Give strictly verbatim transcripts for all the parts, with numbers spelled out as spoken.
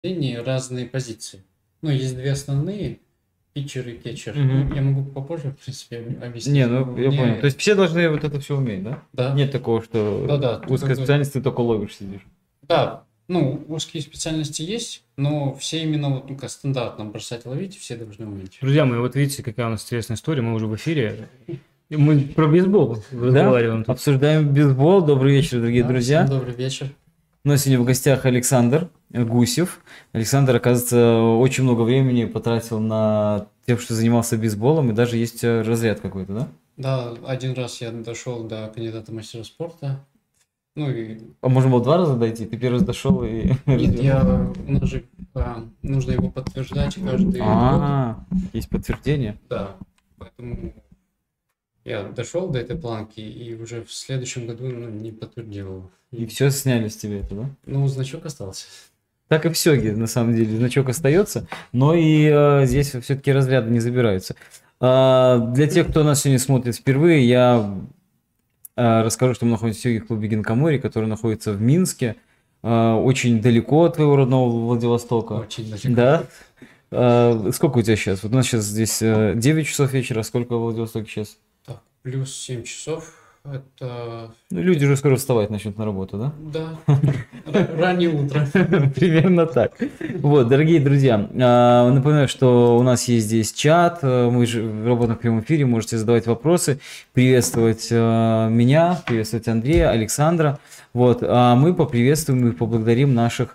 подразделении разные позиции. Ну, есть две основные, питчер и кетчер. Мгм. Ну, я могу попозже, в принципе, объяснить. Не, ну но я мне- понял. То есть все должны вот это все уметь, да? Да. Нет такого, что Да-да, узкая как бы- специальность ты только ловишь, сидишь. Да, ну, узкие специальности есть, но все именно вот, ну, как стандартно бросать, ловить, все должны уметь. Друзья мои, вот видите, какая у нас интересная история. Мы уже в эфире. И Мы про бейсбол разговариваем. тут. Обсуждаем бейсбол. Добрый вечер, дорогие Да, друзья. всем добрый вечер. У нас сегодня в гостях Александр Гусев. Александр, оказывается, очень много времени потратил на тем, что занимался бейсболом, и даже есть э, разряд какой-то, да? Да, один раз я дошел до кандидата мастера спорта. Ну и А можно было два раза дойти? Ты первый раз дошел и... нет, я, у нас же а, нужно его подтверждать каждый год. А, есть подтверждение. Да, поэтому я дошел до этой планки и уже в следующем году ну, не подтвердил его. И все сняли с тебя это, да? Ну, значок остался. Так и в Сёге, на самом деле, значок остается, но и э, здесь все-таки разряды не забираются. А, для тех, кто нас сегодня смотрит впервые, я э, расскажу, что мы находимся в Сёге-клубе Гинкамори, который находится в Минске, э, очень далеко от твоего родного Владивостока. Очень далеко. Да? А, сколько у тебя сейчас? Вот у нас сейчас здесь э, девять часов вечера, а сколько в Владивостоке сейчас? Так, плюс семь часов. Это, Ну, люди уже скоро вставать начнут на работу, да? да, ра- раннее утро. Примерно так. Вот, дорогие друзья, а, напоминаю, что у нас есть здесь чат, а, мы же работаем в прямом эфире, можете задавать вопросы, приветствовать а, меня, приветствовать Андрея, Александра. Вот, а мы поприветствуем и поблагодарим наших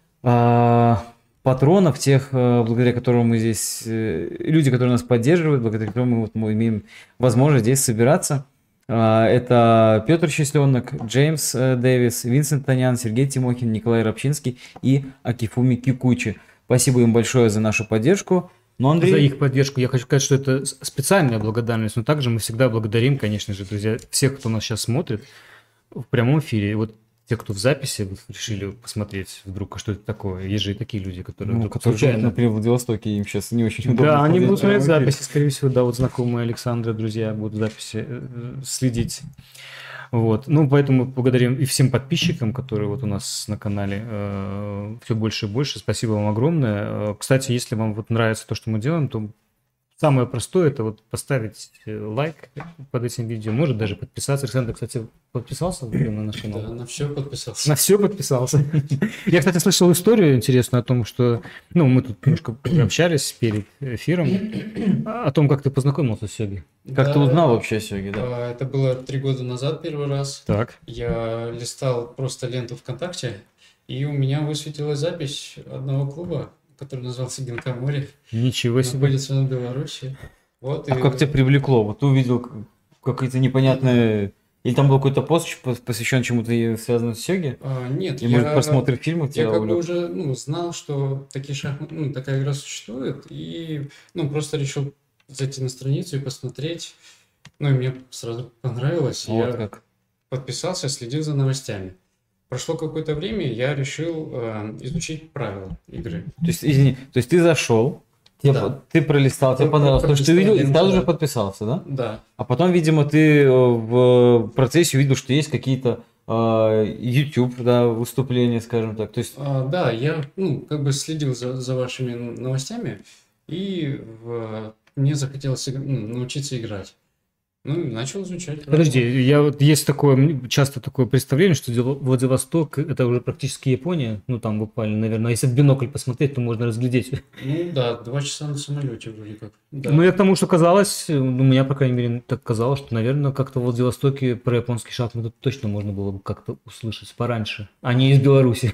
а, патронов, тех, а, благодаря которым мы здесь, э, люди, которые нас поддерживают, благодаря которым мы, вот, мы имеем возможность здесь собираться. А, Это Петр Счастленок, Джеймс э, Дэвис, Винсент Танян, Сергей Тимохин, Николай Рабчинский и Акифуми Кикучи. Спасибо им большое за нашу поддержку. Но, Андрей... За их поддержку. Я хочу сказать, что это с- специальная благодарность, но также мы всегда благодарим, конечно же, друзья, всех, кто нас сейчас смотрит в прямом эфире. И вот те, кто в записи вот решили посмотреть вдруг, а что это такое. Есть же и такие люди, которые Ну, вдруг которые живут, случайно... например, в Владивостоке, им сейчас не очень удобно. Да, они смотреть будут смотреть прямой эфир. записи, скорее всего, да, вот знакомые Александра, друзья, будут записи э, следить. Вот, ну, поэтому благодарим и всем подписчикам, которые вот у нас на канале э, все больше и больше. Спасибо вам огромное. Э, Кстати, если вам вот нравится то, что мы делаем, то самое простое – это вот поставить э, лайк под этим видео, может даже подписаться. Александр, кстати, подписался на наш канал? Да, на все подписался. На все подписался. Я, кстати, слышал историю интересную о том, что, ну, мы тут немножко общались перед эфиром, о том, как ты познакомился с Сёгой. Как ты Да, узнал вообще о Сёге, да? а, Это было три года назад первый раз. Так. Я листал просто ленту ВКонтакте, и у меня высветилась запись одного клуба, который назывался Гинкамори. Ничего себе. Находится в Беларуси. Вот, А и- как тебя привлекло? Вот ты увидел к- какие-то непонятные... Или там был какой-то пост, пос- посвящен чему-то и связанному с Сёге? А, нет, И, я, может, просмотр фильмов я тебя как бы увлек? уже ну, знал, что такие шахматы, ну, такая игра существует, и ну, просто решил зайти на страницу и посмотреть. Ну, и мне сразу понравилось. Вот я как. подписался, следил за новостями. Прошло какое-то время, я решил э, изучить правила игры. То есть, извини, то есть ты зашел, тебе Да. по- ты пролистал, тебе Про- понравилось то, что ты пролистал, увидел, и я сразу начал- же подписался, да? Да, А потом, видимо, ты э, в процессе увидел, что есть какие-то э, YouTube, да, выступления, скажем так. То есть, А, да, я ну, как бы следил за, за вашими новостями, и в- мне захотелось иг- ну, научиться играть. Ну, и начал изучать правила. Подожди, я вот есть такое, м, часто такое представление, что Дел- Владивосток – это уже практически Япония, ну там буквально, наверное, если в бинокль посмотреть, то можно разглядеть. Ну да, два часа на самолете вроде как. Да. Ну, я к тому, что казалось, э, у меня, по крайней мере, так казалось, что, наверное, как-то в Владивостоке про японский шахмат точно можно было бы как-то услышать пораньше, а не из Беларуси.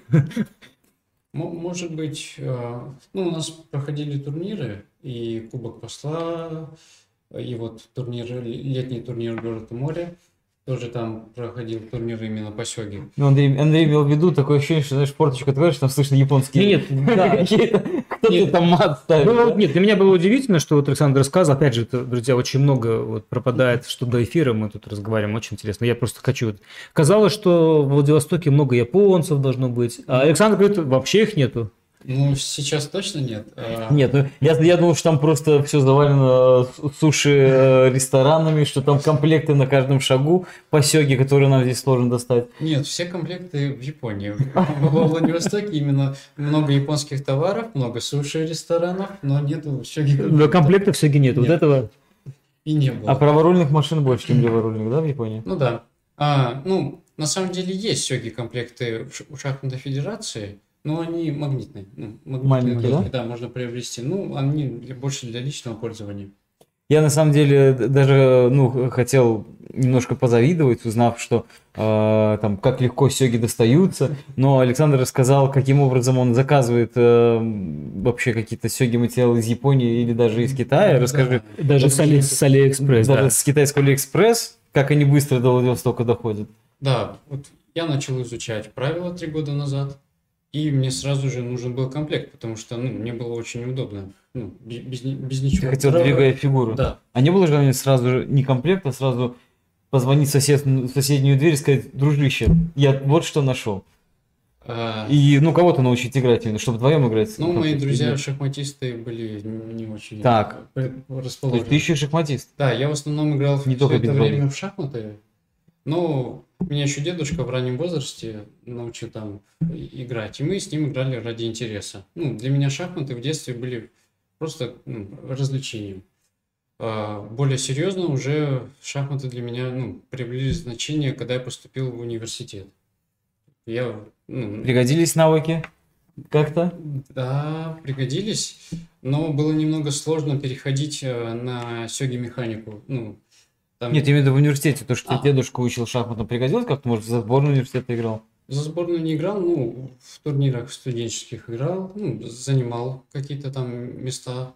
Мо- Может быть, э, ну, у нас проходили турниры, и Кубок Посла, и вот турнир, летний турнир города Море, тоже там проходил турнир именно по Сёге. ну, Андрей, Андрей имел в виду такое ощущение, что, знаешь, форточку открываешь, там слышно японские... Нет, да. какие-то- Кто-то Нет. там мат ставит. Ну, да? вот нет, для меня было удивительно, что вот Александр рассказывал, опять же, это, друзья, очень много вот пропадает, что до эфира мы тут разговариваем, очень интересно. Я просто хочу... вот- Казалось, что в Владивостоке много японцев должно быть, а Александр говорит, вообще их нету. Ну, сейчас точно нет. А, Нет, ну я, я думал, что там просто все завалено суши-ресторанами, что там комплекты на каждом шагу по сёге, которые нам здесь сложно достать. Нет, все комплекты в Японии. Во Владивостоке именно много японских товаров, много суши-ресторанов, но нету сёги Но комплектов. комплектов все нет. Вот Нет. этого... И не А было. праворульных машин больше, чем леворульных, да, в Японии? Ну да. А, ну, на самом деле есть сёги комплекты в ш- у шахматной федерации, но они магнитные. Ну, магнитные Маленькие, доски, да? да, можно приобрести. Ну, они для- больше для личного пользования. Я на самом деле д- даже ну, хотел немножко позавидовать, узнав, что э, там как легко сёги достаются, но Александр рассказал, каким образом он заказывает э, вообще какие-то сёги материалы из Японии или даже из Китая. Расскажи, Да. Даже с, Али, с Алиэкспресс, даже да. с китайского Алиэкспресс, как они быстро до Владивостока доходят. Да, вот я начал изучать правила три года назад, и мне сразу же нужен был комплект, потому что, ну, мне было очень неудобно, ну, бе- без, ни- без Ты ничего. хотел Права- двигая фигуру. Да. А не было желания сразу же не комплект, а сразу позвонить сосед, в соседнюю дверь и сказать: дружище, я вот что нашел. А, И, ну, кого-то научить играть именно, чтобы вдвоем играть. ну, Как мои это друзья сделать? шахматисты были не очень Так. э, То расположены. есть ты еще и шахматист. Да, я в основном играл Не все только это бейсбол. время в шахматы, но меня еще дедушка в раннем возрасте научил там и- играть, и мы с ним играли ради интереса. Ну, для меня шахматы в детстве были просто ну, развлечением. А, более серьезно уже шахматы для меня ну, приобрели значение, когда я поступил в университет. Я, ну, Пригодились навыки как-то? да, пригодились, но было немного сложно переходить э, на сёги-механику. Ну, там Нет, я имею в виду в университете. То, что А. тебе дедушка учил шахматам, пригодилось как-то? Может, за сборную университета играл? за сборную не играл, ну, в турнирах студенческих играл, ну, занимал какие-то там места.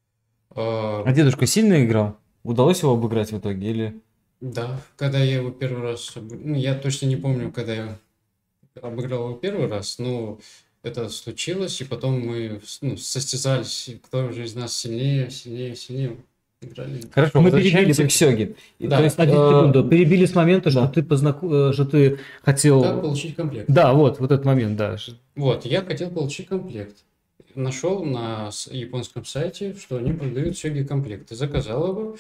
А, А дедушка сильно играл? Удалось его обыграть в итоге? Или... да, когда я его первый раз, об- ну, я точно не помню, когда я обыграл его первый раз, но это случилось, и потом мы ну, состязались, и кто же из нас сильнее, сильнее, сильнее играли. Хорошо, Мы возвращаемся перебили- к сёге. И, Да. то есть, Одну э, секунду. Перебили с момента, что да. ты познаку... э, что ты хотел... Как получить комплект? Да, вот, вот этот момент, да. Вот, я хотел получить комплект. Нашел на с- японском сайте, что они продают сёги комплекты. Заказал его.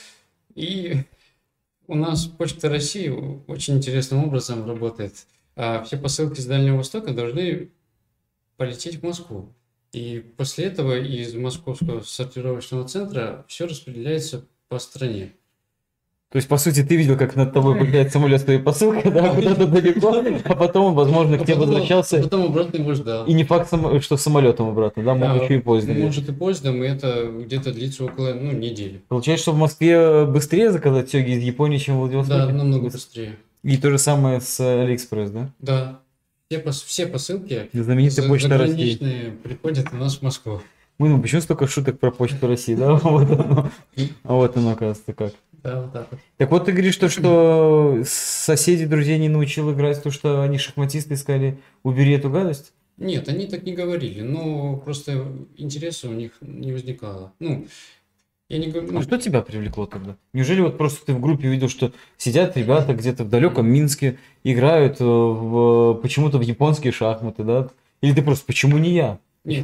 И у нас Почта России очень интересным образом работает. А все посылки с Дальнего Востока должны полететь в Москву. И после этого из московского сортировочного центра все распределяется по стране. То есть, по сути, ты видел, как над тобой прилетает самолет с твоей посылкой, да, куда-то далеко, а потом, возможно, А к тебе потом- возвращался. Потом обратно его ждал. И не факт, само- что самолетом обратно, да, мог Да, еще и поездом. ехать. Может и поездом, и это где-то длится около ну, недели. Получается, что в Москве быстрее заказать сёги из Японии, чем в Владивостоке? Да, намного быстрее. И то же самое с Алиэкспресс, да? Да. Все, пос- все посылки Знаменитая за- почта России. заграничные приходят у нас в Москву. Мы, ну почему столько шуток про почту России, да? Вот оно, а вот оно, оказывается, как. Да, вот так вот. Так вот ты говоришь, то, что соседи, друзей не научил играть, то, что они шахматисты искали, убери эту гадость? Нет, они так не говорили, но просто интереса у них не возникало. Ну, я не говорю, А ну, что тебя привлекло тогда? Неужели вот просто ты в группе увидел, что сидят ребята где-то в далеком Минске, играют э, в, почему-то в японские шахматы, да? Или ты просто, почему не я? нет,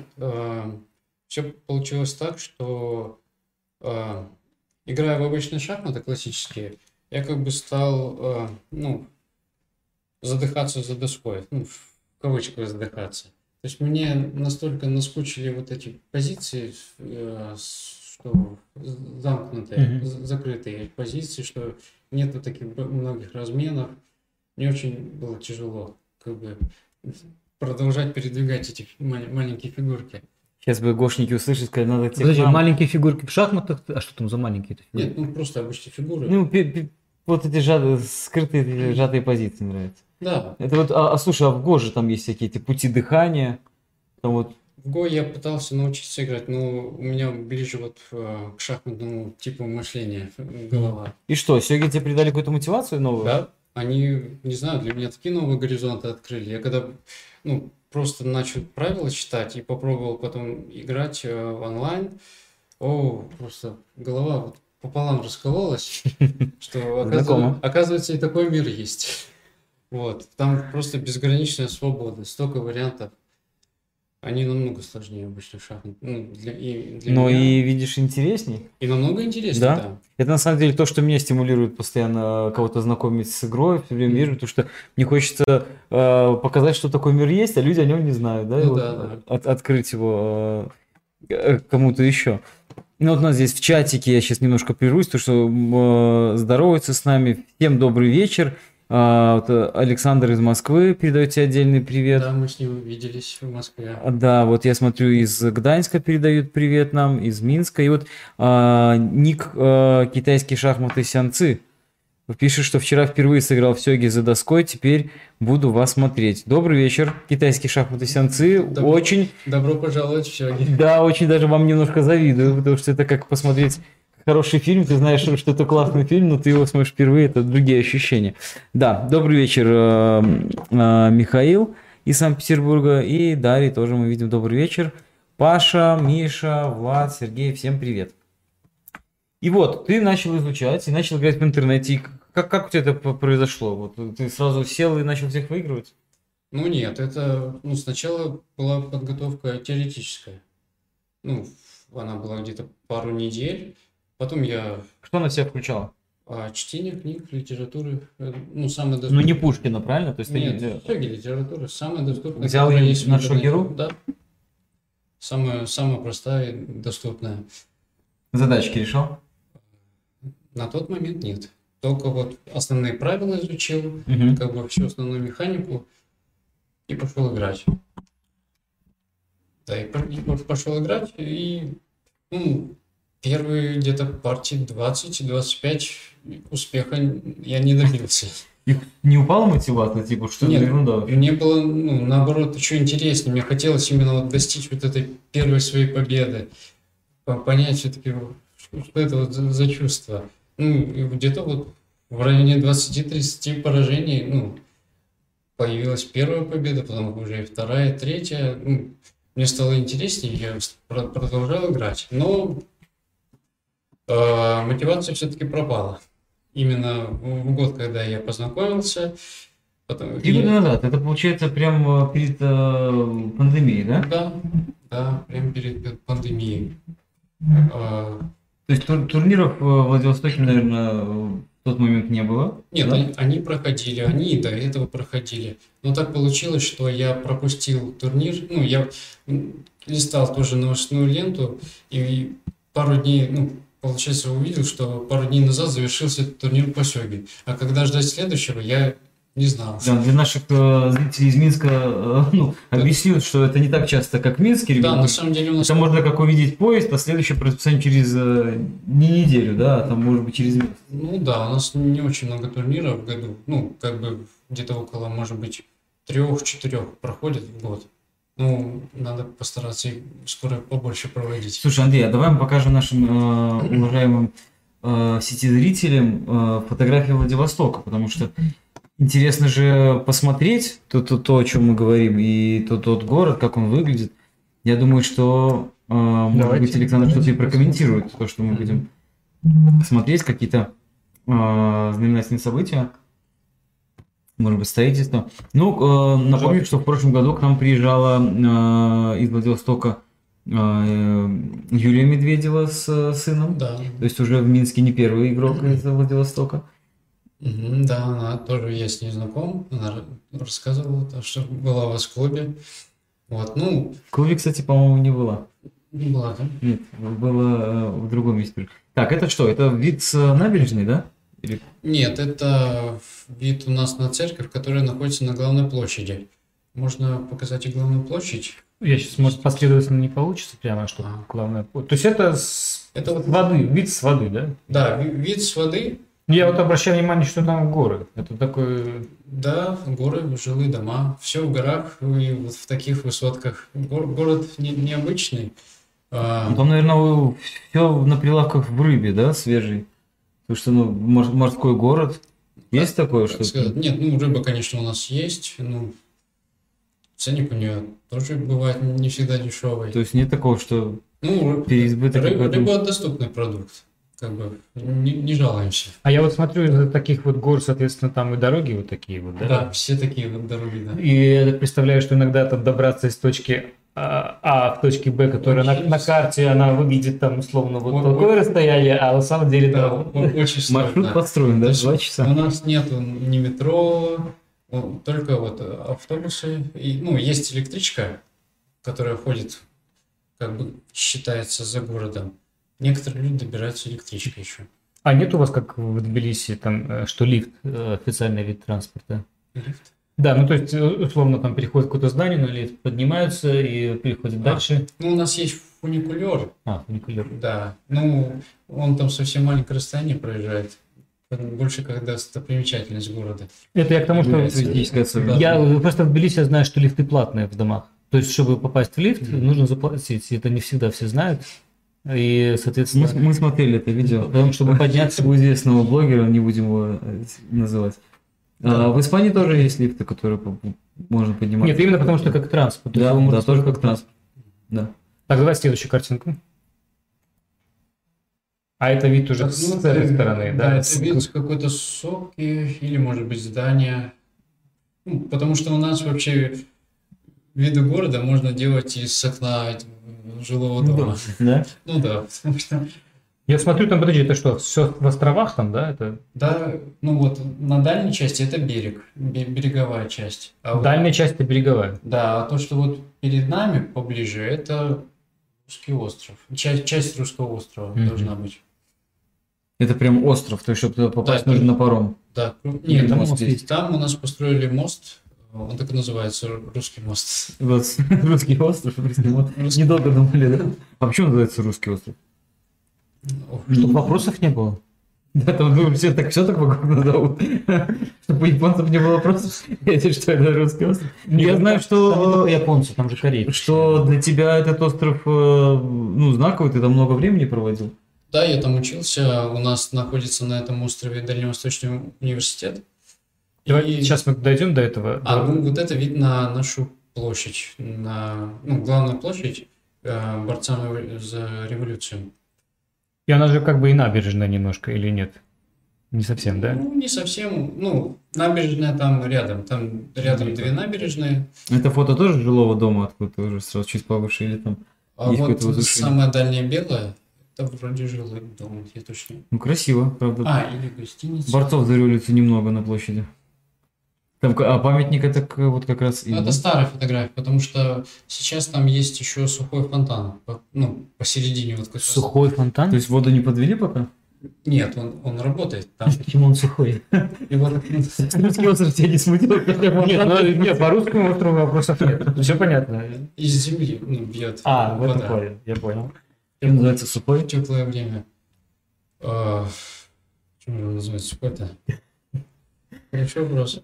все получилось так, что э, играя в обычные шахматы классические, я как бы стал, э, ну, задыхаться за доской, ну, в кавычках задыхаться. То есть мне настолько наскучили вот эти позиции, э, с- что замкнутые, Мгм. з- закрытые позиции, что нету таких б- многих разменов. Мне очень было тяжело как бы продолжать передвигать эти ма- маленькие фигурки. Сейчас бы гошники услышали, сказать, надо тебе к Подожди, нам. маленькие фигурки в шахматах? А что там за маленькие-то фигурки? Нет, ну просто обычные фигуры. Ну, пи- пи- вот эти жат- скрытые эти сжатые позиции нравятся. Да, Это вот, а, а слушай, а в Го же там есть всякие эти пути дыхания, там вот, в Го я пытался научиться играть, но у меня ближе вот э, к шахматному типу мышления э, голова. и что, сёги тебе придали какую-то мотивацию новую? Да, они, не знаю, для меня такие новые горизонты открыли. Я когда, ну, просто начал правила читать и попробовал потом играть э, в онлайн, о, просто голова вот пополам раскололась, что Знакомо. оказывается, оказывается и такой мир есть. Вот, там просто безграничная свобода, столько вариантов. Они намного сложнее обычных шахмат. Ну, для, и для Но меня. и, видишь, интересней. И намного интереснее, Да? да. Это на самом деле то, что меня стимулирует постоянно кого-то знакомить с игрой, все время вижу, потому что мне хочется э, показать, что такой мир есть, а люди о нем не знают, да, и Ну вот да, да. от- открыть его э, кому-то еще. Ну вот у нас здесь в чатике, я сейчас немножко прервусь, то что э, здороваются с нами. Всем добрый вечер. А, вот, э, Александр из Москвы передает тебе отдельный привет. Да, мы с ним виделись в Москве. А, Да, вот я смотрю, из Гданьска передают привет нам, из Минска. И вот а, ник а, китайские шахматы Сянцы пишет, что вчера впервые сыграл в Сёге за доской, теперь буду вас смотреть. Добрый вечер, китайские шахматы Сянцы. Добро- Очень, Добро пожаловать в Сёги. да, очень даже вам немножко завидую, потому что это как посмотреть хороший фильм, ты знаешь, что это классный фильм, но ты его смотришь впервые, это другие ощущения. Да, добрый вечер, э, э, Михаил из Санкт-Петербурга, и Дарья тоже мы видим. Добрый вечер. Паша, Миша, Влад, Сергей, всем привет. И вот, ты начал изучать и начал играть в интернете. И как, как у тебя это п- произошло? Вот ты сразу сел и начал всех выигрывать? Ну нет, это ну, сначала была подготовка теоретическая. Ну, она была где-то пару недель. Потом я Что на себя включало? а, чтение книг, литературы, э, ну, самое Ну доступное. не Пушкина, правильно? То есть ты Нет, не- Сёги литература, самая доступная. Взял которая её есть в на интернете. Шогеру? Да. Самая, самая простая и доступная. задачки решал? На тот момент нет. Только вот основные правила изучил, Мгм. как бы всю основную механику и пошел играть. Да, и по- и по- пошел играть, и ну, первые где-то партии двадцать-двадцать пять успеха я не добился. И не упала мотивация, типа, что Нет. за ерунда? Мне было, ну, наоборот, еще интереснее. Мне хотелось именно вот достичь вот этой первой своей победы. По- Понять все-таки, что что это вот за, за чувство. Ну, и где-то вот в районе двадцати-тридцати поражений, ну, появилась первая победа, потом уже и вторая, и третья. Ну, мне стало интереснее, я с- про- продолжал играть. Но э, мотивация все-таки пропала. Именно в в год, когда я познакомился. Потом, Три и- года назад, это получается прям э, перед э, пандемией, да? Да, да, прямо перед пандемией. А, То есть тур- турниров э, в Владивостоке, наверное, в тот момент не было? Нет, да? они, они проходили, они и до этого проходили. Но так получилось, что я пропустил турнир. Ну, я м, листал тоже новостную ленту, и пару дней, ну, получается, увидел, что пару дней назад завершился этот турнир по сёге. А когда ждать следующего, я не знал. Да, для наших э, зрителей из Минска, э, ну, Да. объясню, что это не так часто, как в Минске, Да, ребята. на самом деле у нас... Это можно как увидеть поезд, а следующее расписание через э, не неделю, да, а там может быть через месяц. Ну да, у нас не очень много турниров в году. Ну, как бы где-то около, может быть, трех-четырех проходит в год. Ну, надо постараться их скоро побольше проводить. Слушай, Андрей, а давай мы покажем нашим э, уважаемым э, сети-зрителям э, фотографии Владивостока, потому что интересно же посмотреть то, то, то, о чем мы говорим, и тот, тот город, как он выглядит. Я думаю, что, э, может Давайте. быть, Александр что-то и Давайте прокомментирует, то, что мы будем смотреть, какие-то э, знаменательные события. Может быть, строительство. Ну, э, напомню, что в прошлом году к нам приезжала э, из Владивостока э, Юлия Медведева с э, сыном. Да. То есть уже в Минске не первый игрок из Владивостока. Мгм, да, она тоже, я с ней знаком. Она р- рассказывала, то, что была у вас в клубе. Вот, ну, В клубе, кстати, по-моему, не было. была, да? Нет, было э, в другом месте. Так, это что? Это вид с э, набережной, да? Или- Нет, это вид у нас на церковь, которая находится на главной площади. Можно показать и главную площадь. Я сейчас, может, последовательно не получится прямо, что А. главное. То есть это с Это вот, воды, вид с воды, да? да, ви- вид с воды. Я вот обращаю внимание, что там горы. Это такой... Да, горы, жилые дома, все в горах и вот в таких высотках. Гор- город не- необычный. А, Ну, там, наверное, все на прилавках в рыбе, да, свежий? Потому что, ну, мор- морской город. Есть такое, как что... сказать, нет, ну рыба, конечно, у нас есть. Ну, ценник у нее тоже бывает не всегда дешевый. То есть нет такого, что Ну, переизбыток ры- какой-то? рыба доступный продукт. Как бы не, не жалуемся. А я вот смотрю, из таких вот гор, соответственно, там и дороги вот такие вот, да? Да, все такие вот дороги, да. И я так представляю, что иногда там добраться из точки А, а в точке Б, которая на, Очень на с- карте, она выглядит там условно вот Вот- такое расстояние, а на самом деле Да, там... о- очень Маршрут сложно. построен, да, То есть два часа. У нас нету ни метро, ну, только вот автобусы. И, ну, есть электричка, которая ходит, как бы считается, за городом. Некоторые люди добираются электричкой еще. А нет у вас, как в Тбилиси, там, э, что лифт, э, официальный вид транспорта? Лифт. Да, ну то есть, э, условно, там переходит какое-то здание, на лифт поднимаются и переходит А. дальше. Ну, у нас есть фуникулер, А, фуникулер. да. Ну, он там совсем маленькое расстояние проезжает. Больше как достопримечательность города. Это я к тому, что... Туристическая особенность. Я просто в Тбилиси я знаю, что лифты платные в домах. То есть, чтобы попасть в лифт, нужно заплатить. И это не всегда все знают. И, Мы, соответственно, мы смотрели это видео. потому чтобы подняться... У известного блогера, не будем его э, называть. А, в Испании тоже есть лифты, которые по- можно подниматься. Нет, именно потому что как транспорт. То есть Да, его да, можно тоже только как транспорт. Да. Так, давай следующую картинку. А это вид уже Так, с ну, этой это- стороны, Да, да? это с- вид какой-то соки или, может быть, здание. Ну, потому что у нас вообще виды города можно делать из окна жилого Ну дома. Да? Ну да, потому что, Я смотрю, там, подожди, это что, все в островах там, да? Это да, ну вот на дальней части это берег, бе- береговая часть. А вот- дальняя часть это береговая. да, а то, что вот перед нами поближе, это русский остров. Часть, часть русского острова Мгм. должна быть. Это прям остров, то есть, чтобы туда попасть, Да, нужно это- на паром. Да, кру- Или нет, там там, мост есть? там у нас построили мост, он так и называется, русский мост. Вот, русский остров, русский мост. Русский- Недолго думали, да? А почему называется русский остров? Ох, Чтобы вопросов не было. Да, там ну, все так, все так вокруг назовут. Чтобы у японцев не было вопросов, если что это русский остров. Я знаю, Там не что, только японцы, там же корейцы. что для тебя этот остров, э, ну, знаковый, ты там много времени проводил. Да, я там учился, у нас находится на этом острове Дальневосточный университет. Давай, И- сейчас мы дойдем до этого. А, ну, вот это вид на нашу площадь, на, ну, главную площадь э, борцам за революцию. И она же как бы и набережная немножко, или нет? Не совсем, да? Ну, не совсем, ну, набережная там рядом, там рядом две набережные, Это фото тоже жилого дома откуда-то уже сразу чуть повыше или там? а Есть вот какое-то возвышение? самая дальняя белая, это вроде жилой дом, я точно. Ну, красиво, правда. А, или гостиница. Борцов за революцию немного на площади. Там, к- а памятник это к- вот как раз... Ну, им, это да? старая фотография, потому что сейчас там есть еще сухой фонтан, по- ну, посередине вот как раз. Сухой фонтан? То есть воду не подвели пока? Нет, он, он работает там. Почему он сухой? И вот, Русский остров тебя не смутил? Нет, ну, нет, по русскому острову вопросов нет. Все понятно. из земли ну, бьет А, в этом вода. плане, я понял. Как называется сухой? Теплое время. А, Почему же он называется сухой-то? Хороший вопрос.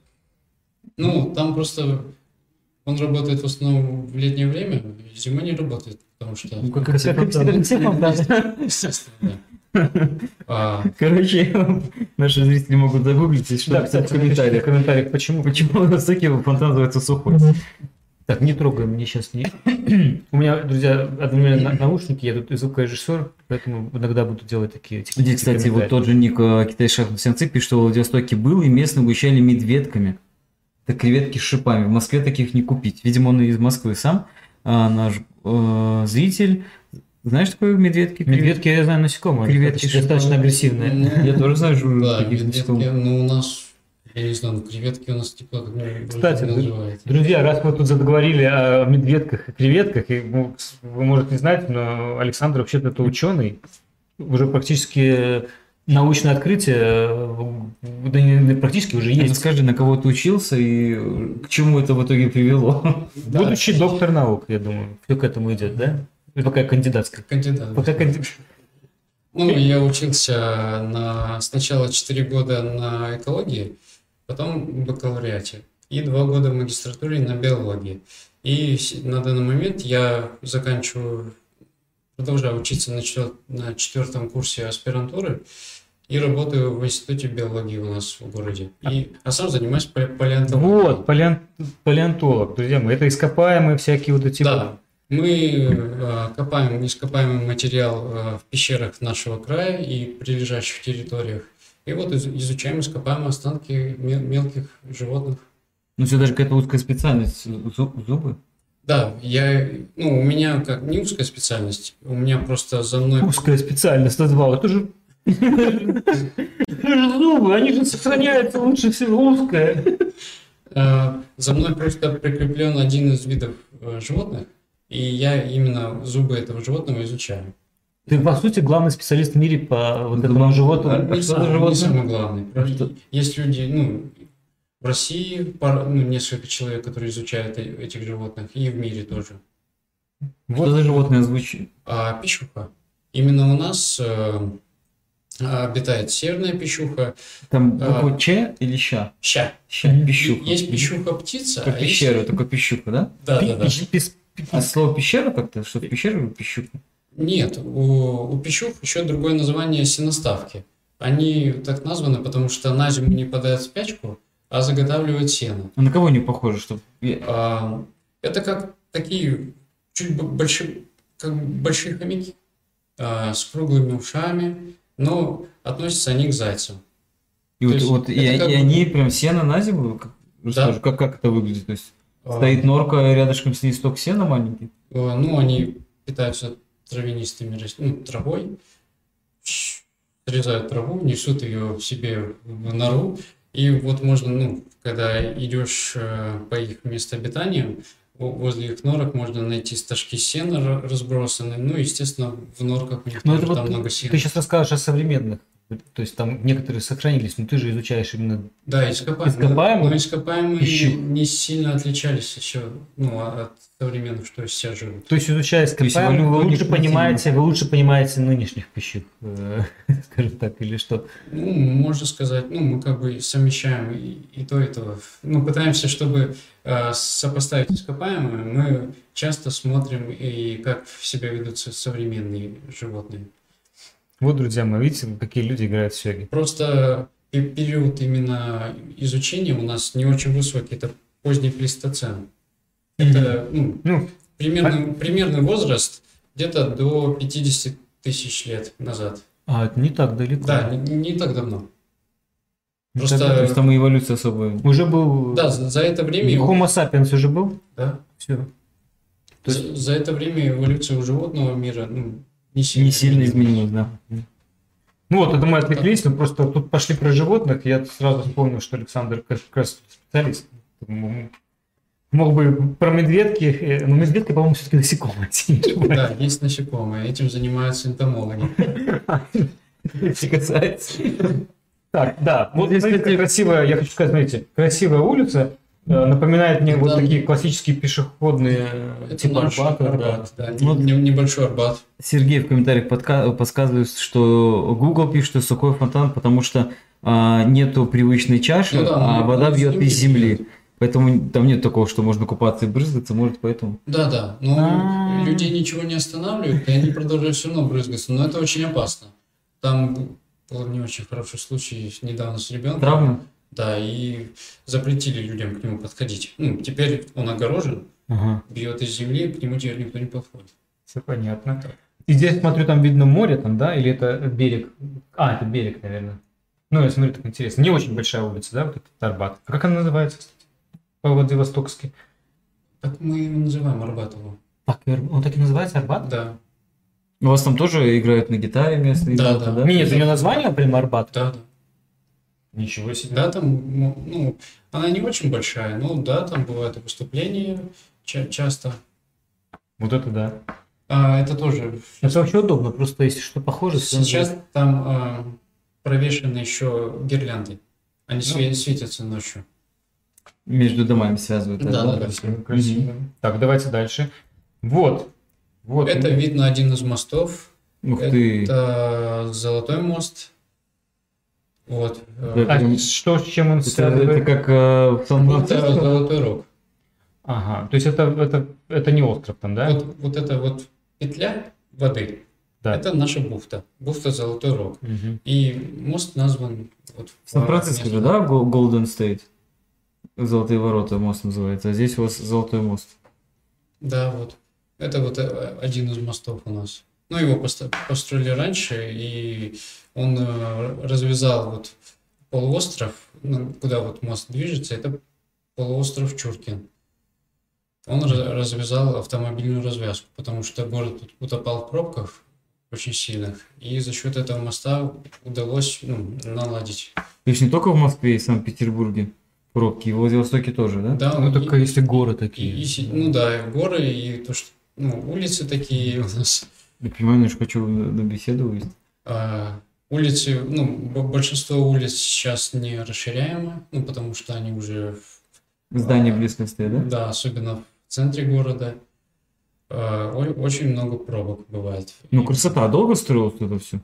Ну, там просто он работает в основном в летнее время, зимой не работает, потому что, Ну, как Как все как фонтаны. все фонтаны. естественно, да. А, Короче, наши зрители могут загуглить, если что, Да, написать кстати, в комментариях. в комментариях, почему? Почему у нас всякий фонтан называется сухой? Так, не трогай, мне сейчас не... У меня, друзья, одновременно на- наушники, я тут звукорежиссер, поэтому иногда буду делать такие... Здесь, технические кстати, вот комментарии. тот же ник э, Китай шахматный сянцы пишет, что в Владивостоке был и местные угощали медведками. Это креветки с шипами. В Москве таких не купить. Видимо, он из Москвы сам. А наш э, зритель... Знаешь, такое медведки? Медведки, я знаю, насекомые. Креветки Креветки достаточно шипы. агрессивные. Ну, Я тоже знаю, что да, таких медведки, насекомых. ну, у нас, я не знаю, ну, креветки у нас типа как мы Кстати, вроде называют. Друзья, раз мы тут заговорили о медведках и креветках, и ну, вы можете не знать, но Александр вообще-то это ученый, уже практически научное открытие, э, да не, не практически уже Ну, есть. скажи, на кого ты учился и э, к чему это в итоге привело? Да, Будущий доктор наук, я думаю, все к этому идет, да? И пока кандидатская. кандидат. Пока канди- Ну, я учился на, сначала четыре года на экологии, потом в бакалавриате и два года в магистратуре на биологии. И с- на данный момент я заканчиваю, продолжаю учиться на, четвер- на четвертом курсе аспирантуры и работаю в Институте биологии у нас в городе. И, а сам занимаюсь пале- палеонтологией. Вот, палеон- палеонтолог, друзья мои, это ископаемые всякие вот эти... Да, мы э, копаем ископаемый материал э, в пещерах нашего края и прилежащих территориях. И вот из- изучаем ископаемые останки мел- мелких животных. Ну, все даже какая-то узкая специальность. Зу- Зубы? Да, я, ну, у меня как не узкая специальность, у меня просто за мной, Узкая специальность назвал. Это же... Это же зубы, они же сохраняются лучше всего узкая. э, за мной просто прикреплен один из видов э, животных, и я именно зубы этого животного изучаю. Ты, по сути, главный специалист в мире по вот этому Зубам. животному. А Не что сам- за не животное? самый главный. А что? Есть люди, ну, в России пара- ну, несколько человек, которые изучают э- этих животных, и в мире тоже. Что за животное озвучи? А пищуха. Именно у нас э, обитает северная пищуха. Там А. буква Ч или Ща? Ща. Ща, Мгм. пищуха. Есть пищуха птица, Как а есть- пещера, только пищуха, да? Да, да, да. Пи- пи- пи- А слово пещера как-то? Что, пещера или пищуха? Нет, у, у пищух еще другое название сеноставки. Они так названы, потому что на зиму не падают в спячку, а заготавливают сено. А на кого не похоже, что... А, это как такие чуть б- большие, как большие хомяки а, с круглыми ушами, но относятся они к зайцам. И То вот, есть вот и, это как и бы- они прям сено на зиму? Как, расскажи, как, как это выглядит? То есть А, стоит норка, рядышком с ней сток сена маленький? а, ну, они питаются травянистыми рас- ну, травой, ш- срезают траву, несут ее себе в нору, и вот можно, ну, когда идешь э, по их месту обитания, во- возле их норок можно найти стажки сена ра- разбросанные, ну, естественно, в норках у них Ну, тоже это там вот много сена. ты сейчас расскажешь о современных. То есть там некоторые сохранились, но ты же изучаешь именно... Да, ископаемые. Ископаемые? Но ископаемые Пищу. не сильно отличались еще, ну, от современных, что сейчас живут. То есть, изучая есть ископаемых, вы эволюция лучше не понимаете, вы лучше понимаете нынешних пищух, э, скажем так, или что? Ну, можно сказать, ну, мы как бы совмещаем и, и то, и то. Ну, пытаемся, чтобы э, сопоставить ископаемые, мы часто смотрим и как себя ведут со- современные животные. Вот, друзья мои, видите, какие люди играют в сёги. Просто пе- период именно изучения у нас не очень высокий, это поздний плейстоцен. Это, ну, Ну, примерный, примерный возраст где-то до пятидесяти тысяч лет назад. а это не так далеко. Да, не, не так давно. Не Просто, так- То есть там и эволюция особая. Уже был... да, за, за это время... его- Homo sapiens уже был? Да. Все. То есть- За, за это время эволюция у животного мира ну, не сильно, Не сильно изменилось, да. Ну вот, это мы отвлеклись, мы просто тут пошли про животных, я сразу вспомнил, что Александр как раз специалист. М- Мог бы про медведки, э, но медведка, по-моему, все-таки насекомые. Да, есть насекомые, этим занимаются энтомологи. Касается. Так, да, вот Здесь, смотрите, кстати, красивая, я хочу сказать, смотрите, красивая улица, э, напоминает мне вот Да. такие классические пешеходные, э, Это типа наш Арбата, да. Арбат, да, Ну, не- не- небольшой Арбат. Сергей в комментариях подка- подсказывает, что Google пишет, что сухой фонтан, потому что а, нету привычной чаши, Ну да, а он- вода он бьет с из земли. бьет. Поэтому там нет такого, что можно купаться и брызгаться, может поэтому. Да, да, но А. людей ничего не останавливает, и они продолжают все равно брызгаться, но это очень опасно. Там был не очень хороший случай недавно с ребенком. Травма? Да, и запретили людям к нему подходить. Ну, теперь он огорожен, Ага, бьет из земли, к нему теперь никто не подходит. все понятно. И здесь, смотрю, там видно море, там, да, или это берег? А, это берег, наверное. Ну, я смотрю, так интересно. Не очень большая улица, да, вот этот Арбат. А как она называется, кстати? По Владивостокски. Так мы его называем Арбатово. Так, и Ар- он так и называется, Арбат? Да, У вас там тоже играют на гитаре местные Да, ребята, да. да? Нет, у нее название прям Арбат. да, да. Ничего себе. Да, там, ну, ну, она не очень большая, но да, там бывают и выступления ча- часто. Вот это да. А, это тоже. Это вообще удобно, просто если что похоже, сразу- Сейчас там а, провешены еще гирлянды. Они Ну. све- светятся ночью. Между домами связывают. Да, да, да. Красиво, красиво. Так, давайте дальше. Вот. Вот. Это вид на один из мостов. Ух ты. Это Золотой мост. Вот. Да. э, А что, с чем он Это, связывает? это как э, в Сан-Франциско? Это Золотой Рог. Ага, то есть это, это, это не остров там, да? Вот, вот эта вот петля воды, Да. это наша бухта. Бухта Золотой Рог. Мгм. И мост назван вот В Сан-Франциско по же, да? Гол- Голден Стейт. Золотые ворота мост называется. А здесь у вас Золотой мост. Да, вот. Это вот э, один из мостов у нас. Ну, его поста- построили раньше, и он э, развязал вот полуостров, ну, куда вот мост движется, это полуостров Чуркин. Он ra- развязал автомобильную развязку, потому что город тут утопал в пробках очень сильных, и за счет этого моста удалось, ну, наладить. То есть не только в Москве и Санкт-Петербурге пробки, и в Владивостоке тоже, да? Да, Ну, и- только если горы и- такие. и си- ну да, и горы, и то, что, ну, улицы такие у нас. Я понимаю, что хочу на беседу вывести. А, улицы, ну, б- большинство улиц сейчас не расширяемы, ну, потому что они уже, Здания А, близко стоят, да? да, особенно в центре города, а, о- очень много пробок бывает. Ну, И- красота. А долго строилось это все?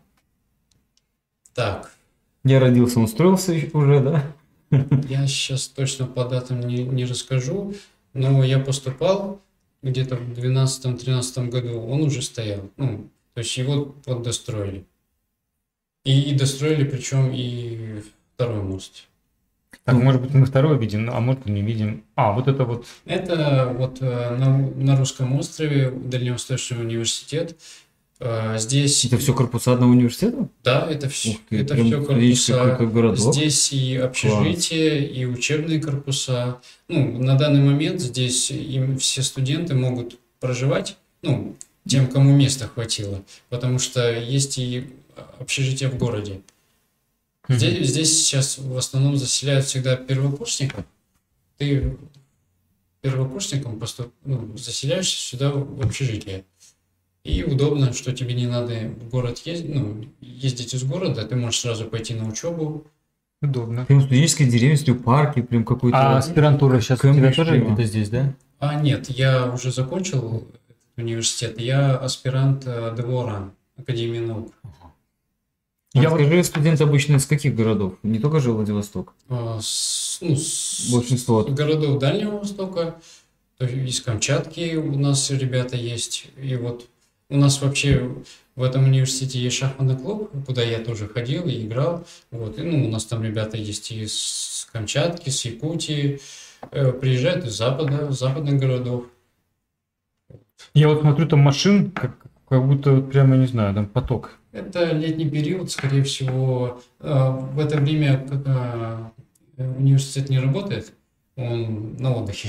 Так, Я родился, он строился еще уже, да? я сейчас точно по датам не, не расскажу, но я поступал где-то в двенадцатом-тринадцатом году, он уже стоял. Ну, то есть его вот достроили. И, и достроили, причем и второй мост. Так, Ну, может быть, мы второй видим, а может, не видим. А, вот это вот. Это вот э, на, на Русском острове Дальневосточный университет. Э, Здесь, Это все корпуса одного университета? да, это все, Ух ты, это прям все смотрите, какой- корпуса. как городок. Здесь и общежитие, и учебные корпуса. Ну, на данный момент здесь им все студенты могут проживать, ну, тем, кому места хватило, потому что есть и общежитие в городе. Здесь, здесь сейчас в основном заселяют всегда первокурсников. Ты первокурсником поступ, ну, заселяешься сюда в общежитие. И удобно, что тебе не надо в город ездить, ну, ездить из города, ты можешь сразу пойти на учебу. Удобно. Прям студенческая деревня, стою парки, прям какой-то... А аспирантура сейчас у тебя Кембридж тоже прямо. где-то здесь, да? А нет, я уже закончил этот университет, я аспирант э, ДВОРАН, Академии наук. А Я вот- скажи, студенты обычно из каких городов? Не только же Владивосток? А, с- ну, с- Большинство. с городов Дальнего Востока, то есть из Камчатки у нас ребята есть. И вот у нас вообще в этом университете есть шахматный клуб, куда я тоже ходил и играл. Вот. И, ну, у нас там ребята есть и с Камчатки, с Якутии, э, приезжают из Запада, западных городов. Я вот смотрю, там машин, как, как будто вот прямо, не знаю, там поток. Это летний период, скорее всего. э, В это время как, э, университет не работает, он на отдыхе.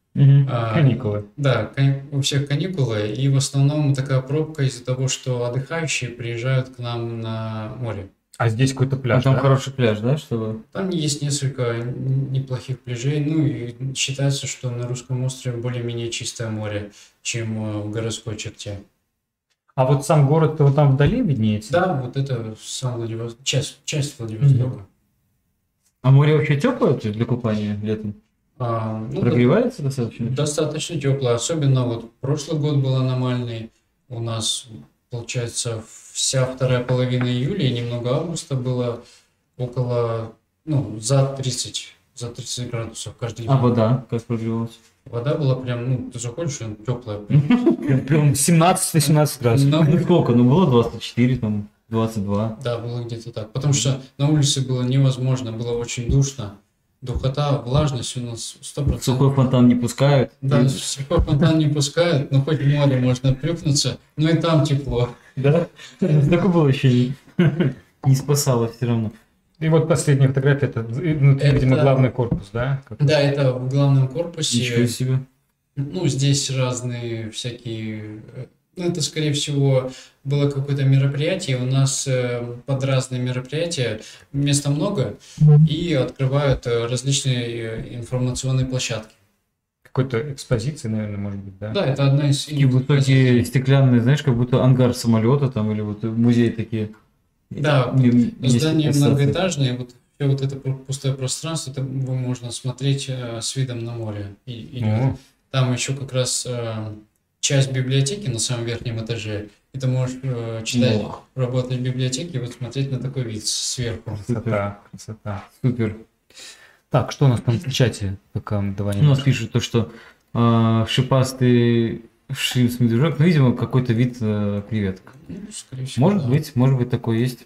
А, Каникулы. Да, кани- у всех каникулы, и в основном такая пробка из-за того, что отдыхающие приезжают к нам на море. А здесь какой-то А пляж, там да? хороший пляж, да, чтобы... Там есть несколько н- неплохих пляжей, ну и считается, что на Русском острове более-менее чистое море, чем э, в городской черте. А вот сам город вот там вдали виднеется? Да, вот это сам Владивосток, часть, часть Владивостока. А море вообще теплое для купания летом? А, ну, Прогревается достаточно? достаточно тепло, особенно вот прошлый год был аномальный. У нас, получается, вся вторая половина июля и немного августа было около, ну, за тридцать, за тридцать градусов каждый день. А вода как прогревалась? Вода была прям, ну, ты заходишь, она теплая. Прям. Прям- Прям семнадцать-восемнадцать градусов. На- Ну сколько? Ну было двадцать четыре, там двадцать два. Да, было где-то так. Потому что на улице было невозможно, было очень душно. Духота, влажность у нас сто процентов. Сухой фонтан не пускают. Да, И- сухой фонтан не пускают, но хоть в море можно плюхнуться, но и там тепло. Да? Такое было ощущение. Не спасало все равно. И вот последняя фотография, это, ну, Это- видимо, главный корпус, да? Как- Да, это в главном корпусе. Ничего себе. Ну, здесь разные всякие... э, Ну, это, скорее всего, было какое-то мероприятие. У нас э, под разные мероприятия места много, и открывают э, различные э, информационные площадки. Какой-то экспозиции, наверное, может быть, да? Да, это одна из... Такие высокие стеклянные, знаешь, как будто ангар самолета там или вот музей такие. Да, Мне- есть здание ассоциация. многоэтажное, вот все вот это пу- пустое пространство, это его можно смотреть э, с видом на море. И, и О. там еще как раз э, часть библиотеки на самом верхнем этаже, и ты можешь э, читать, Ох. работать в библиотеке и вот смотреть на такой вид сверху. Красота, красота. Супер. Так, что у нас там в чате? Пока давай У нас пишут то, что э, шипастый шимс-медвежонок, ну, видимо, какой-то вид э, креветок. Ну, скорее всего, Может да. быть, может быть, такой есть.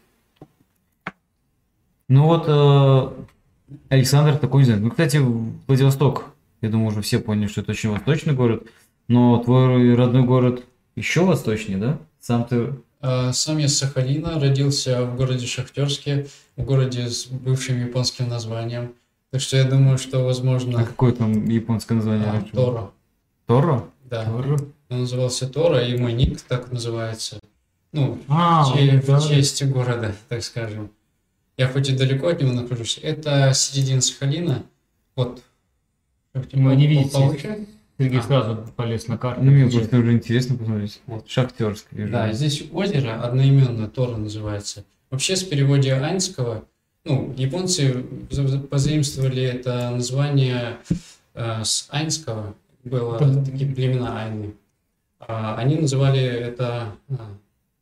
Ну вот, э, Александр такой, не знаю. Ну, кстати, Владивосток, я думаю, уже все поняли, что это очень восточный город. Но твой родной город еще восточнее, да? Сам ты... А, Сам я с Сахалина, родился в городе Шахтерске, в городе с бывшим японским названием. Так что я думаю, что, А возможно, какое там японское название? а, раньше было? Торо. Торо? Да, Торо. он назывался Тора, и мой ник так называется. Ну, А, в че- да. в честь города, так скажем. Я хоть и далеко от него нахожусь. Это середина Сахалина. Вот. Мы не видите. Повыше. Сергей А. сразу полез на карту. Ну, мне просто уже интересно посмотреть. Вот. Шахтерск. вижу. Да, здесь озеро одноименное, Тора называется. Вообще, с переводе айнского, ну, японцы за- позаимствовали это название э, с айнского. Было Мгм. такие племена айны. А, они называли это а,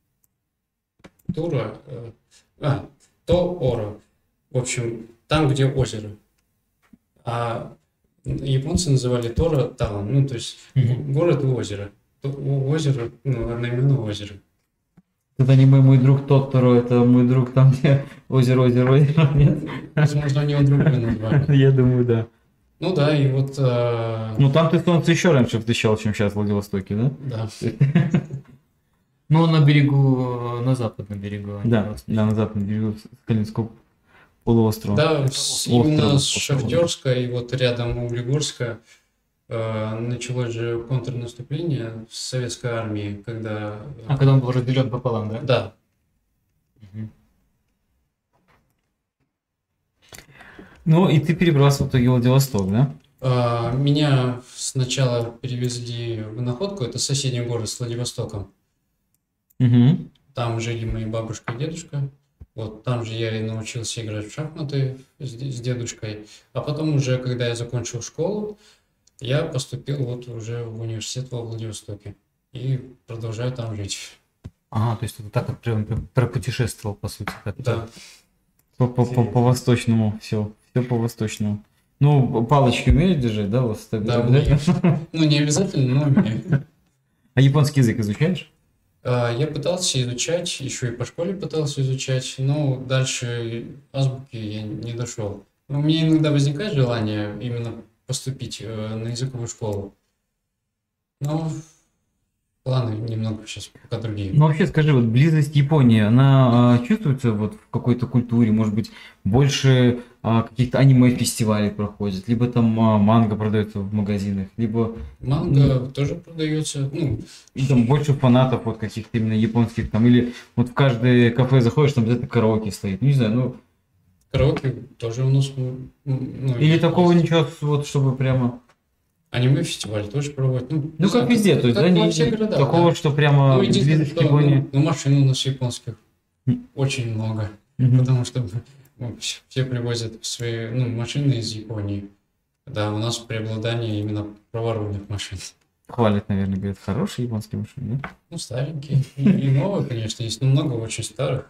Тура, э, а, Тоора. В общем, там, где озеро. А японцы называли Тора Таун, ну, то есть Мгм. город и озеро. То- о- Озеро, ну, одноименное озеро. Это не мой, мой друг Тоторо, это мой друг там, где озеро, озеро, озеро, нет? Возможно, у него другое название. Я думаю, да. Ну да, и вот, э, Ну, там ты солнце еще раньше встречал, чем сейчас в Владивостоке, да? да. Ну, на берегу, на западном берегу. они Да, вас- да, на западном берегу Скалинского полуострова. Да, с- Остров, именно с остров. Шахтерска и вот рядом Углегорска э, началось же контрнаступление с советской армии, когда... э, А когда он был разделен пополам, да? Да, Мгм. Ну, и ты перебрался в итоге в Владивосток, да? Э, меня сначала перевезли в Находку, это соседний город с Владивостоком. Угу. Там жили мои бабушка и дедушка. Вот там же я и научился играть в шахматы с, де- с дедушкой. А потом уже, когда я закончил школу, я поступил вот уже в университет во Владивостоке. И продолжаю там жить. Ага, то есть ты вот так вот прям пропутешествовал, по сути. как-то. Да. По, по, по, по восточному, все, все по восточному. Ну, палочки умеют держать, да, у вас? так Да, обязательно? Ну, не обязательно, но умею. А японский язык изучаешь? А, Я пытался изучать, еще и по школе пытался изучать, но дальше азбуки я не дошел. У меня иногда возникает желание именно поступить э, на языковую школу. Но планы немного сейчас пока другие. Ну, вообще, скажи, вот близость Японии, она а, чувствуется вот в какой-то культуре, может быть, больше а, каких-то аниме-фестивалей проходит, либо там а, манго продается в магазинах, либо Манго тоже продается. Ну, и там больше фанатов вот каких-то именно японских там, или вот в каждое кафе заходишь, там обязательно караоке стоит, ну, не знаю, ну, караоке тоже у нас. м, ну, или есть. такого ничего, вот, чтобы прямо, Аниме-фестиваль тоже проводят. Ну, ну, не как знаю, везде, то есть, как да, во не, всех городах, такого, да. что прямо Ну, единственное, близость к что, Японии. ну, ну, машин у нас японских М. очень много. Мгм. Потому что ну, вс- все привозят свои ну, машины из Японии. Да, у нас преобладание именно праворульных машин. Хвалят, наверное, говорят, хорошие японские машины, да? Ну, старенькие. И, и новые, конечно, есть, но много очень старых.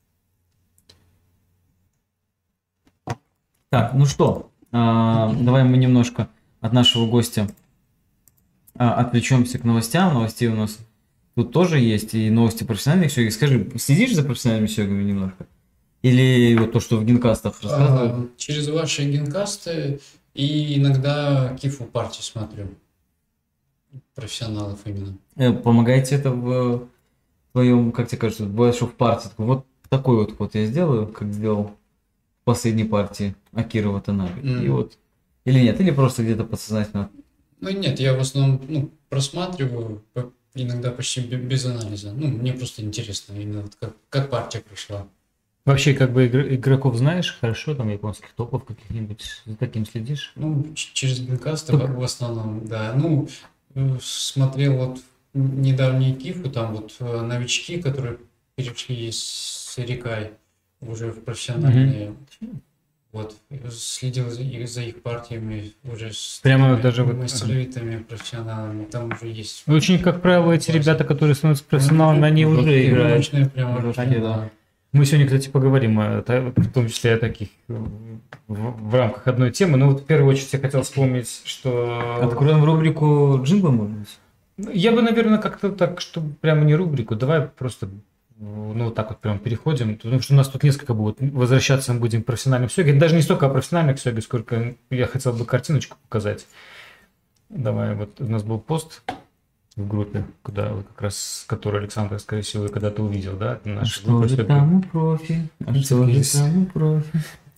Так, ну что, а, давай мы немножко от нашего гостя а, отвлечемся к новостям. Новостей у нас тут тоже есть, и новости профессиональных сёги. Скажи, следишь за профессиональными сёгами немножко? Или вот то, что в генкастах рассказывают? А, через ваши генкасты и иногда кифу партии смотрю. Профессионалов именно. Э, Помогаете это в твоем, как тебе кажется, бываешь в партии? Такой, вот такой вот ход я сделаю, как сделал в последней партии Акира Ватанаbe. И Мгм. вот. Или нет, или просто где-то подсознательно. Ну, нет, я в основном ну, просматриваю, по- иногда почти бе- без анализа. Ну, мне просто интересно, именно вот как, как партия прошла. Вообще, как бы игр- игроков знаешь хорошо, там японских топов каких-нибудь, за таким следишь? Ну, ч- через генкасты в, в основном, да. Ну, э, смотрел вот недавние кифу, там вот э, новички, которые перешли с Рикай уже в профессиональные. Вот, следил за их, за их партиями уже с Прямо такими даже вот- мастеровитыми профессионалами. Там уже есть Очень, как правило, эти Класс. ребята, которые становятся профессионалами, они уже Жесткие, играют. мощные прямо. Жесткие, да. да. Мы сегодня, кстати, поговорим, о та- в том числе о таких э, в, в рамках одной темы. Но вот в первую очередь я хотел вспомнить, что... Откроем рубрику Джимба, может быть? Ну, я бы, наверное, как-то так, чтобы прямо не рубрику, давай просто, ну, вот так вот прям переходим, потому что у нас тут несколько будет, возвращаться мы будем к профессиональным сёге, даже не столько о профессиональных сёге, сколько я хотел бы картиночку показать. Давай, вот у нас был пост в группе, куда вы как раз, который Александр, скорее всего, вы когда-то увидел, да? А Наша что группа же «Сёга». там у профи? А что же Есть. там у профи?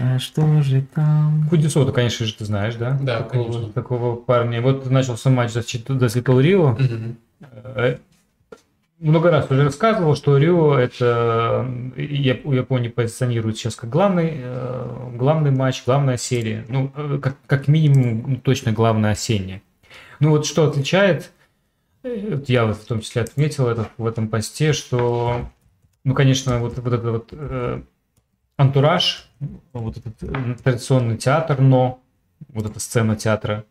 А что же там? Кузнецова, конечно же, ты знаешь, да? Да, такого, конечно. такого парня. Вот начался матч за, за Светло Рио. Мгм. Э, Много раз уже рассказывал, что Рио это я- у Японии позиционирует сейчас как главный, э, главный матч, главная серия. Ну, э, как, как минимум, ну, точно главная осенняя. Ну вот что отличает, э, вот я вот в том числе отметил это в этом посте, что, ну, конечно, вот, вот этот вот э, антураж, вот этот э, традиционный театр, но вот эта сцена театра,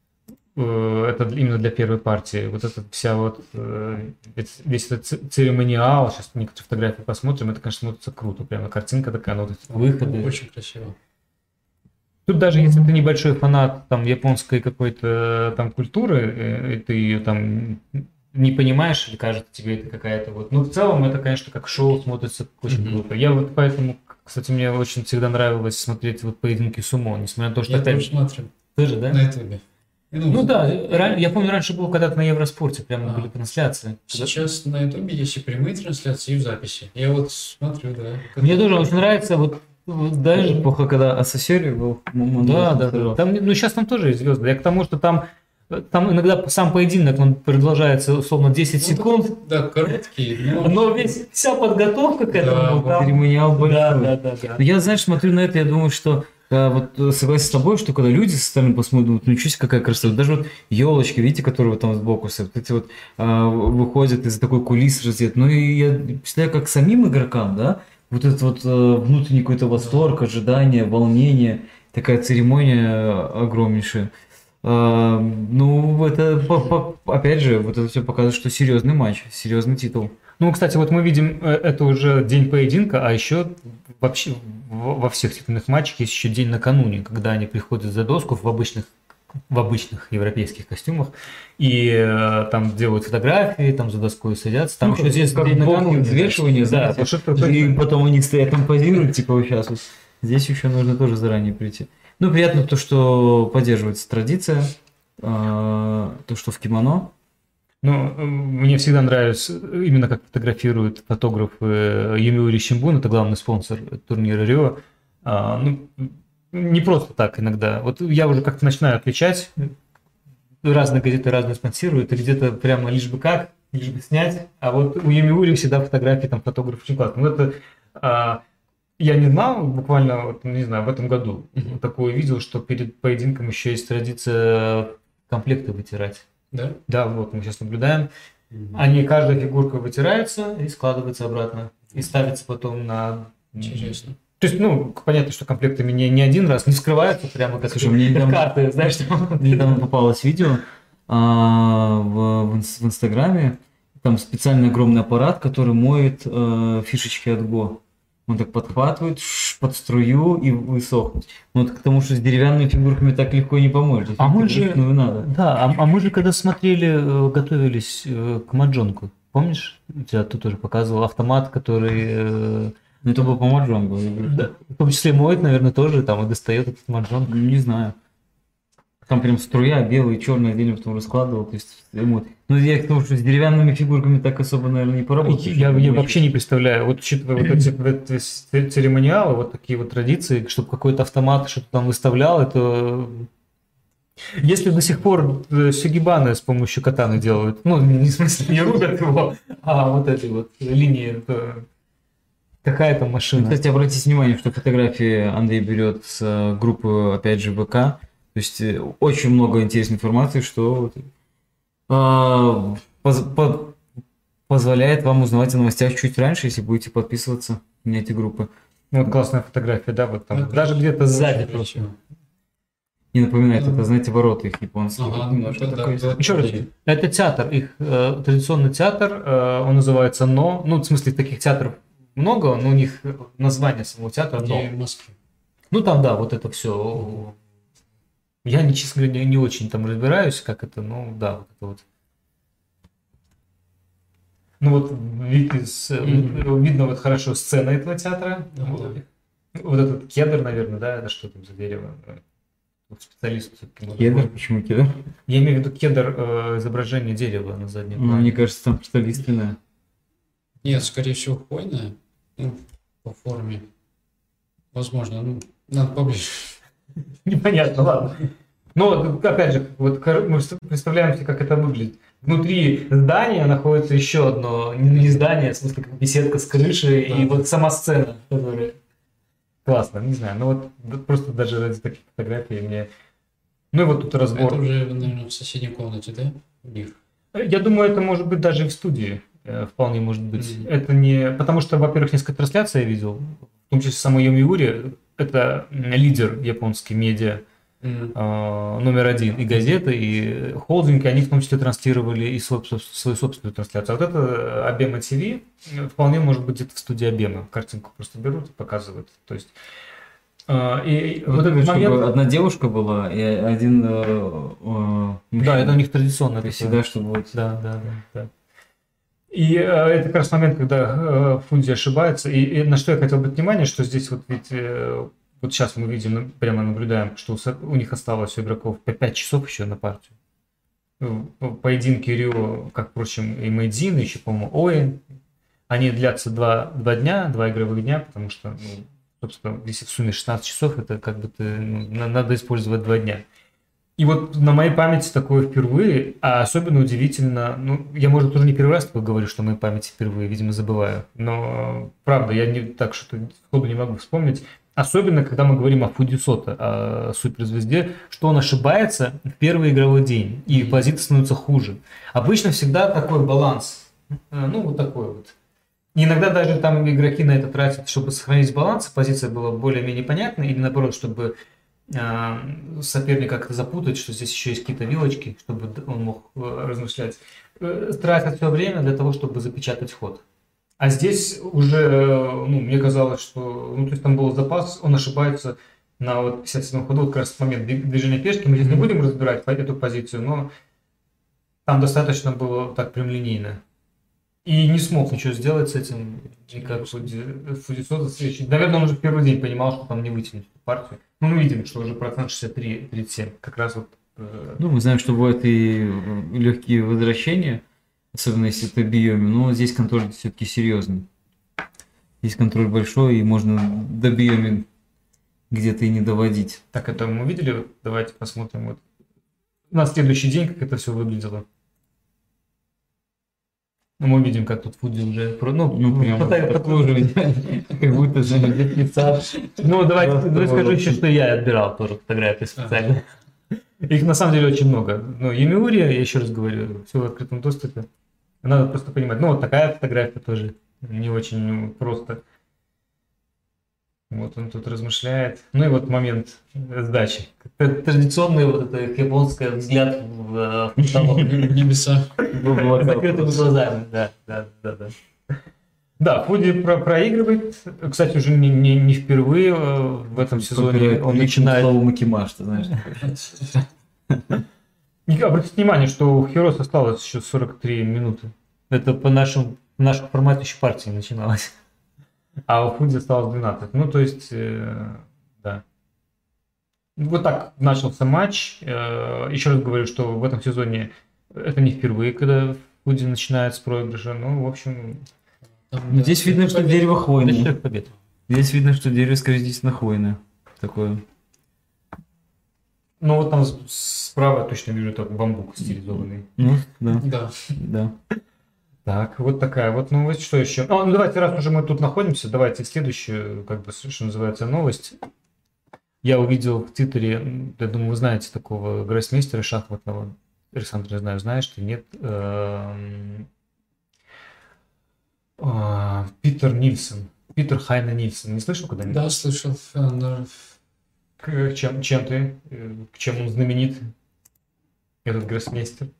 э, это именно для первой партии. Вот эта вся вот, э, весь весь этот ц- церемониал, сейчас некоторые фотографии посмотрим, это, конечно, смотрится круто. Прямо картинка такая, ну, вот эти выходы. Очень красиво. Тут даже если ты небольшой фанат там японской какой-то там культуры, э, и ты ее там не понимаешь или кажется тебе это какая-то вот... Ну, в целом это, конечно, как шоу смотрится очень Мгм. круто. Я вот поэтому, кстати, мне очень всегда нравилось смотреть вот поединки сумо, несмотря на то, что Я опять тоже смотрю тоже, да? на ютубе. Ну да, ран- я помню, раньше было когда-то на Евроспорте, прямо А. были трансляции. Сейчас на ютубе есть и прямые трансляции, и в записи. Я вот смотрю, да. Мне тоже очень нравится, вот, вот даже... Эпоха, когда Ассосери был. м, Да, он да, да. сказал. Там, ну, сейчас там тоже есть звезды. Я к тому, что там, там иногда сам поединок, он продолжается условно десять секунд, Да, короткий, но... но весь, вся подготовка к этому, Да, там- Церемониал большой. Да, да, да, да. Но я, знаешь, смотрю на это, я думаю, что э, вот э, согласен с тобой, что когда люди со стороны посмотрят, думают, ну ничего себе, какая красота. Даже вот елочки, видите, которые вот там сбоку стоят, вот эти вот э, выходят из такой кулис раздет. Ну и я представляю, как самим игрокам, да, вот этот вот э, внутренний какой-то восторг, ожидание, волнение, такая церемония огромнейшая. А, ну, это, по- по- опять же, вот это все показывает, что серьезный матч, серьезный титул. Ну, кстати, вот мы видим, э, это уже день поединка, а еще вообще в- во всех титульных матчах есть еще день накануне, когда они приходят за доску в обычных в обычных европейских костюмах и э, там делают фотографии, там за доской садятся. Там Ну, еще здесь как день боксинг, накануне. взвешивание, Да, знаете. потому что это- И потом они стоят там позируют, типа вот сейчас вот. Здесь еще нужно тоже заранее прийти. Ну, приятно то, что поддерживается традиция, а, то, что в кимоно. Ну, э, мне всегда нравится э, именно как фотографирует фотограф э, Юмиури Шимбун, это главный спонсор турнира Рио. А, ну, не просто так иногда. Вот я уже как-то начинаю отличать. Разные газеты разные спонсируют, и где-то прямо лишь бы как, лишь бы снять. А вот у Юмиури всегда фотографии там фотограф очень классный. Ну, это а, я не знал, буквально, вот, не знаю, в этом году Мгм. такое видел, что перед поединком еще есть традиция комплекты вытирать. Да? Да, вот мы сейчас наблюдаем. Они, каждая фигурка вытирается и складывается обратно. И ставится потом на... Интересно. То есть, ну, понятно, что комплектами не, не один раз, не вскрываются прямо как, Слушай, мне как недавно- карты, знаешь, там. Недавно попалось видео а, в, в инс- в Инстаграме. Там специальный огромный аппарат, который моет э, фишечки от Го. Он так подхватывает ш, под струю и высохнет. Ну, вот к тому, что с деревянными фигурками так легко не поможешь. А мы же- Ну, и надо. Да, а, а мы же когда смотрели, э, готовились э, к маджонку, помнишь? У тебя тут тоже показывал автомат, который... э, Ну, это был по маджонгу. я говорю. да, в том числе моет, наверное, тоже там и достает этот маджонг. Ну, не знаю. Там прям струя, белый и черный отдельно потом раскладывал. То есть, ему- ну, я к тому, что с деревянными фигурками так особо, наверное, не поработаешь. Я, я вообще не представляю, вот учитывая вот эти, вот эти ц- церемониалы, вот такие вот традиции, чтобы какой-то автомат что-то там выставлял, это... Если до сих пор э, сюгибаны с помощью катаны делают, ну, не в смысле не рубят его, а вот эти вот линии, то какая там Ну, машина? кстати, обратите внимание, что фотографии Андрей берет с э, группы, опять же, ВК. То есть э, очень много интересной информации, что вот, а, поз- по- позволяет вам узнавать о новостях чуть раньше, если будете подписываться на эти группы. Ну, вот классная фотография, да, вот там, Это даже где-то очень сзади красиво. просто. И напоминает Ну. это, знаете, ворота их японские. Ага, Вот немножко ну, да, такое да, есть. Еще раз, это театр, их э, традиционный театр, э, он называется НО, ну, в смысле, таких театров много, но у них название самого театра Где НО. в Москве. Ну, там, да, вот это все. Я, не, честно говоря, не, не очень там разбираюсь, как это, ну, да, вот это вот. Ну, вот вид из, э, Мгм. видно вот хорошо сцена этого театра. Да, вот, да. вот этот кедр, наверное, да, это что там за дерево? Вот специалист все-таки может Кедр? быть. Почему кедр? Я имею в виду кедр, э, изображение дерева на заднем Ну, плане. мне кажется, там что-то лиственное. Нет, скорее всего, хвойная, ну, по форме. Возможно, ну, Надо поближе. Непонятно, ладно. Но вот, опять же, вот кор- мы представляем себе, как это выглядит. Внутри здания находится еще одно, не не здание, в смысле, как беседка с крышей, и Да. вот сама сцена, которая... Классно, не знаю, ну вот д- просто даже ради таких фотографий мне... Ну и вот тут разбор. Это уже, наверное, в соседней комнате, да? У них. Я думаю, это может быть даже и в студии. э, Вполне может быть. Мгм. Это не... Потому что, во-первых, несколько трансляций я видел, в том числе самой Йомиури, это м, лидер японский медиа, М. э, номер один, и газеты, и холдинги, они в том числе транслировали и свой- свою собственную трансляцию. А вот это Абема ТВ вполне может быть где-то в студии Абема. Картинку просто берут и показывают. То есть... э, и Вот вот этот чтобы момент... одна девушка была и один э, э, Да, это у них традиционно. То такое. есть всегда, чтобы вот... Да, да, да, да. И э, это как раз момент, когда э, Фудзи ошибается. И, и на что я хотел обратить внимание, что здесь вот ведь э, вот сейчас мы видим, ну, прямо наблюдаем, что у, со- у них осталось у игроков по пять часов еще на партию. В в поединке Рио, как, впрочем, и Мэйдзин, и еще, по-моему, Оин, они длятся два, два дня, два игровых дня, потому что, ну, собственно, если в сумме шестнадцать часов, это как бы ты, ну, на- надо использовать два дня. И вот на моей памяти такое впервые, а особенно удивительно, ну, я, может, уже не первый раз такое говорю, что на моей памяти впервые, видимо, забываю, но правда, я не так что сходу не могу вспомнить, особенно, когда мы говорим о Фудзисото, о суперзвезде, что он ошибается в первый игровой день, и позиция становится хуже. Обычно всегда такой баланс, э, ну, вот такой вот. И иногда даже там игроки на это тратят, чтобы сохранить баланс, позиция была более-менее понятной, или наоборот, чтобы а, соперника как-то запутать, что здесь еще есть какие-то вилочки, чтобы д- он мог э, размышлять. Э, Тратят все время для того, чтобы запечатать ход. А здесь уже, э, ну, мне казалось, что, ну, то есть там был запас, он ошибается на вот пятьдесят седьмом ходу, вот как раз момент двиг- движения пешки. Мы здесь не будем разбирать по- эту позицию, но там достаточно было так прямолинейно. И не смог ничего сделать с этим, никак Фуди- Фудисото следующий. Наверное, он уже в первый день понимал, что там не вытянуть эту партию. Ну, мы видим, что уже процент шестьдесят три тридцать семь. Как раз вот... э, Ну, мы знаем, что бывают и легкие возвращения, особенно если это биоми, но здесь контроль все-таки серьезный. Здесь контроль большой, и можно до биоми где-то и не доводить. Так, это мы видели? Вот давайте посмотрим вот на следующий день, как это все выглядело. Ну, мы видим, как тут Фудзи уже... про- Ну, Ну, прям фото- такой уже, как будто же детский сад. Ну, давайте, Просто давай скажу вот. еще, что я отбирал тоже фотографии специально. Их на самом деле очень много. Ну, Юмиури, я еще раз говорю, все в открытом доступе. Надо просто понимать. Ну, вот такая фотография тоже не очень ну, просто. Вот он тут размышляет. Ну и вот момент сдачи. Как-то традиционный вот это японский взгляд в, э, в потолок. Небеса. С закрытыми глазами. Да, да, да, да. Да, Фуди про- проигрывает. Кстати, уже не, не, не впервые э, в этом сезоне он начинает... Слово Макимаш, ты знаешь. И обратите внимание, что у Хирос осталось еще сорок три минуты. Это по нашему, в нашем формате еще партия начиналась. А у Фудзи осталось двенадцать. Ну, то есть, э, да. Вот так начался матч. Э, еще раз говорю, что в этом сезоне это не впервые, когда Фудзи начинает с проигрыша. Ну, в общем, Там, Ну, да, здесь видно, что дерево это хвойное. человек побед. Здесь видно, что дерево, скорее, действительно хвойное. Такое. Ну, вот там с- справа точно вижу так бамбук стилизованный. Ну, да, Да. да. Так, вот такая вот новость. Что еще? А, ну давайте, раз уже мы тут находимся, давайте следующую, как бы, что называется, новость. Я увидел в Твиттере, м, я думаю, вы знаете такого гроссмейстера шахматного. Александр, не знаю, знаешь ты, нет? Эм, а, Питер Нильсон. Питер Хайна Нильсон. Не слышал когда-нибудь? Да, слышал. э, да. К чем, чем ты? э, К чем он знаменит? Этот гроссмейстер.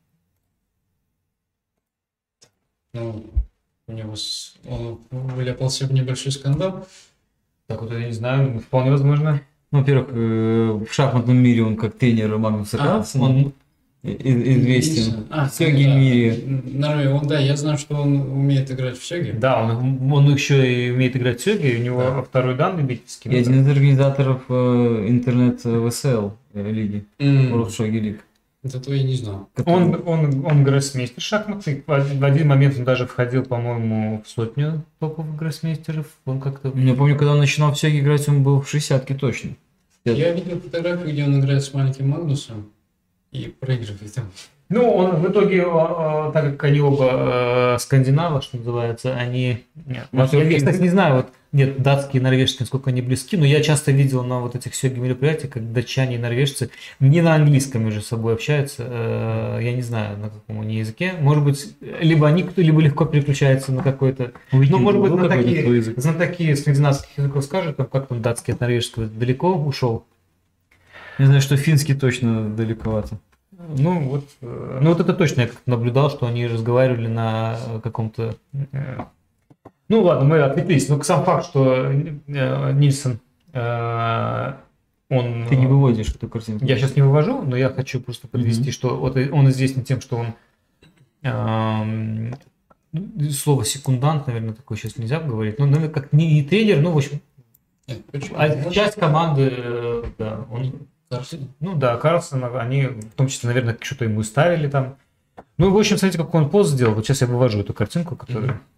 Ну, у него с- он вляпался в небольшой скандал. Так вот, я не знаю, вполне возможно. Ну, во-первых, э, в шахматном мире он как тренер Магнуса А, Карлсена он- и- и- известен. А, В сёге да. мире. Наверное, он, да, я знаю, что он умеет играть в сёге. Да, он, он еще и умеет играть в сёге, у него Да. второй дан любительский. И один из организаторов э, интернет-ВСЛ э, лиги, М. World Shogi League. Вот этого я не знал. Он, он, он гроссмейстер шахматный. В один в один момент он даже входил, по-моему, в сотню топовых гроссмейстеров. Он как-то... Я помню, когда он начинал в Сёге играть, он был в шестидесятке точно. Я видел фотографию, где он играет с маленьким Магнусом и проигрывает там. Ну, он в итоге, э, так как они оба э, скандинавы, что называется, они... Нет, Ну, я, всё-таки- я, кстати, не знаю, вот, нет, датские и норвежские, насколько они близки, но я часто видел на вот этих сёги мероприятиях, как датчане и норвежцы не на английском между собой общаются, э, я не знаю, на каком они языке. Может быть, либо они, либо легко переключаются на какой-то... Ну, может быть, на такие, знатоки скандинавских языков скажут, там, как там датский от норвежского далеко ушел. Я знаю, что финский точно далековато. Ну вот, э, ну вот это точно я как-то наблюдал, что они разговаривали на э, каком-то... э, Ну ладно, мы отвлеклись. Но сам факт, что э, Нильсон, э, он... Ты не выводишь эту картинку. Я сейчас не вывожу, но я хочу просто подвести, Мгм. что вот он известен тем, что он... эм, слово секундант, наверное, такое сейчас нельзя говорить. Ну, наверное, как не, не тренер, ну, в общем, Нет, почему? а Может, часть команды, э, да, он... Карлсон? Ну да, Карлсона, они в том числе, наверное, что-то ему и ставили там. Ну, в общем, смотрите, какой он пост сделал. Вот сейчас я вывожу эту картинку, которую... Мгм.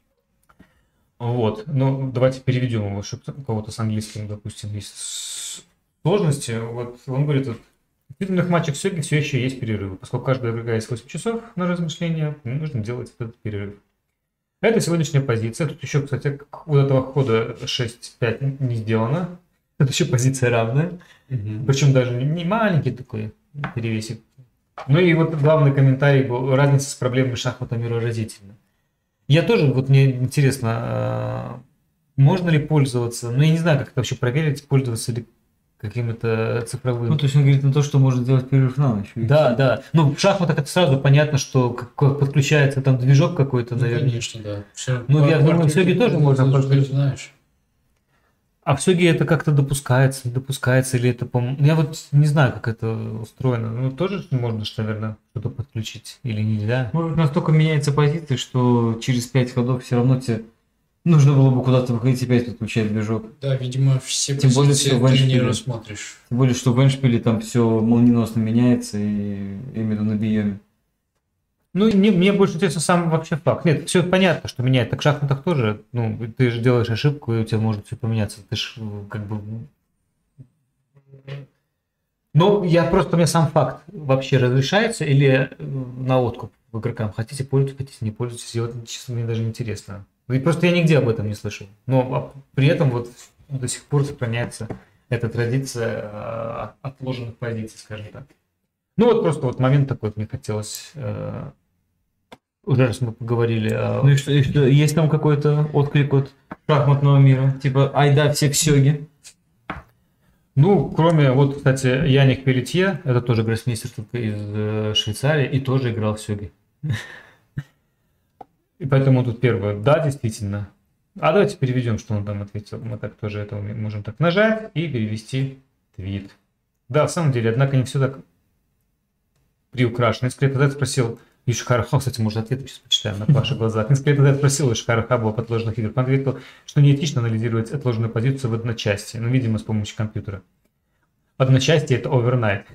Вот. Ну, давайте переведем его, чтобы у кого-то с английским, допустим, есть с- сложности. Вот он говорит, вот, в финальных матчах Сёги все еще есть перерывы. Поскольку каждая игра есть восемь часов на размышления, нужно делать этот перерыв. Это сегодняшняя позиция. Тут еще, кстати, у этого хода шесть пять не сделано. Это еще позиция равная. Мгм. Причем даже не- не маленький такой перевесик. Ну и вот главный комментарий был: разница с проблемами шахмата мира разительна. Я тоже, вот мне интересно, а, можно ли пользоваться, ну я не знаю, как это вообще проверить, пользоваться ли какими-то цифровыми. Ну, то есть он говорит на то, что может делать перерыв на ночь. Да, да. Ну, в шахматах это сразу понятно, что как- как подключается там движок какой-то, Ну, наверное. конечно, да. Всё, Ну, по я думаю, в партии Сёге тоже ты можно должен быть, подключить. знаешь. А в Сёге это как-то допускается, не допускается, или это, по я вот не знаю, как это устроено. Ну, тоже можно, ж, наверное, что-то подключить, или нельзя. Может, настолько меняется позиция, что через пять ходов все равно тебе нужно было бы куда-то выходить и опять подключать движок. Да, видимо, все Тем более, позиции что в ты не Эндшпиле. рассмотришь. Тем более, что в Эндшпиле там все молниеносно меняется, и именно на биеме. Ну, не, мне больше интересно сам вообще факт. Нет, все понятно, что меняет. Так в шахматах тоже, ну, ты же делаешь ошибку, и у тебя может все поменяться. Ты ж э, как бы... Ну, я просто, мне сам факт вообще разрешается или э, на откуп в игрокам. Хотите пользуйтесь, хотите не пользуйтесь. И вот, честно, мне даже интересно. И просто я нигде об этом не слышал. Но а, при этом вот до сих пор сохраняется эта традиция э, отложенных позиций, скажем так. Ну, вот просто вот момент такой вот мне хотелось... э, уже раз мы поговорили о... Ну и что, и что, есть там какой-то отклик от шахматного мира? Типа, айда, все к Сёге. Ну, кроме, вот, кстати, Яник Пелетье, это тоже гроссмейстер только из э, Швейцарии, и тоже играл в Сёге. И поэтому он тут первый. Да, действительно. А давайте переведем, что он там ответил. Мы так тоже это уме- можем так нажать и перевести твит. Да, в самом деле, однако не все так приукрашено. Несколько лет назад спросил Ишихара Ха, кстати, может, ответ сейчас почитаем на ваших глазах. Несколько лет назад спросил Ишихара Хаба об отложенных играх. Он ответил, что неэтично анализировать отложенную позицию в одночасье, ну, видимо, с помощью компьютера. Одночасье — это overnight.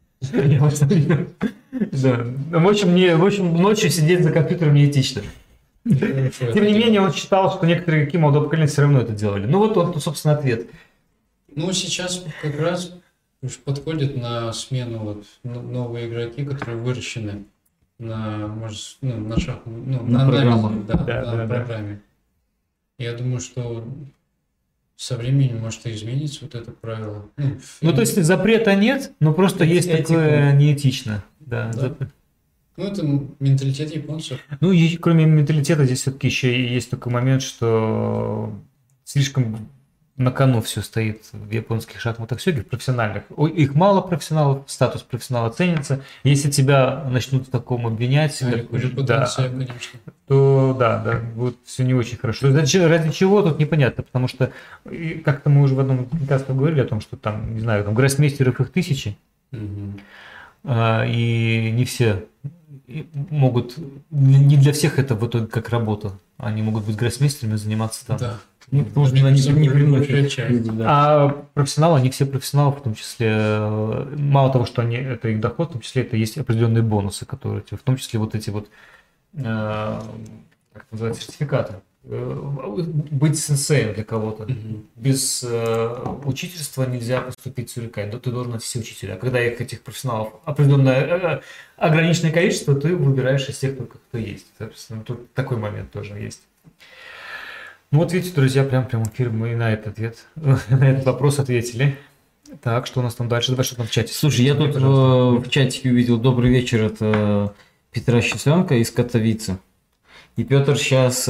Да. В общем, не, в общем, ночью сидеть за компьютером неэтично. Тем не менее, он считал, что некоторые игроки молодого поколения все равно это делали. Ну вот он, собственно, ответ. Ну, сейчас как раз уж подходят на смену вот н- новые игроки, которые выращены на, может, ну, на, шах, ну, На на программах. анализе, да, Да, на да, да. программе. Я думаю, что со временем может и изменится вот это правило. Ну, Ну, то есть запрета нет, но просто есть Этика. такое неэтично. Да, Да. зап- ну, это менталитет японцев. Ну, и кроме менталитета, здесь все-таки еще и есть такой момент, что слишком на кону все стоит в японских шахматах сёги, в профессиональных. Ой, их мало профессионалов, статус профессионала ценится. Если тебя начнут в таком обвинять, А, так, репутация, да, конечно. то да, да, будет все не очень хорошо. Ради, чего- ради чего тут непонятно, потому что и как-то мы уже в одном подкасте говорили о том, что там, не знаю, там гроссмейстеров их тысячи, Мгм. а, и не все и могут, не не для всех это в итоге как работа. Они могут быть гроссмейстерами, заниматься там Да. Ну, потому что она не, не приносит. Включать. Да. А профессионалы, они все профессионалы, в том числе, э, мало того, что они, это их доход, в том числе это есть определенные бонусы, которые, тебе- в том числе вот эти вот, э, как это называется, сертификаты. Э, Быть сенсеем для кого-то. Мгм. Без э, учительства нельзя поступить в Сурикай, да, ты должен найти себе учителя. А когда их этих профессионалов определенное э, ограниченное количество, ты выбираешь из тех, только кто есть. Соответственно, тут такой момент тоже есть. Ну вот видите, друзья, прям прям эфир мы и на этот ответ, на этот вопрос ответили. Так, что у нас там дальше? Давай, что там в чате. Слушай, я тут Пожалуйста. э, в чатике увидел «Добрый вечер» от э, Петра Счастленка из Катовицы. И Петр сейчас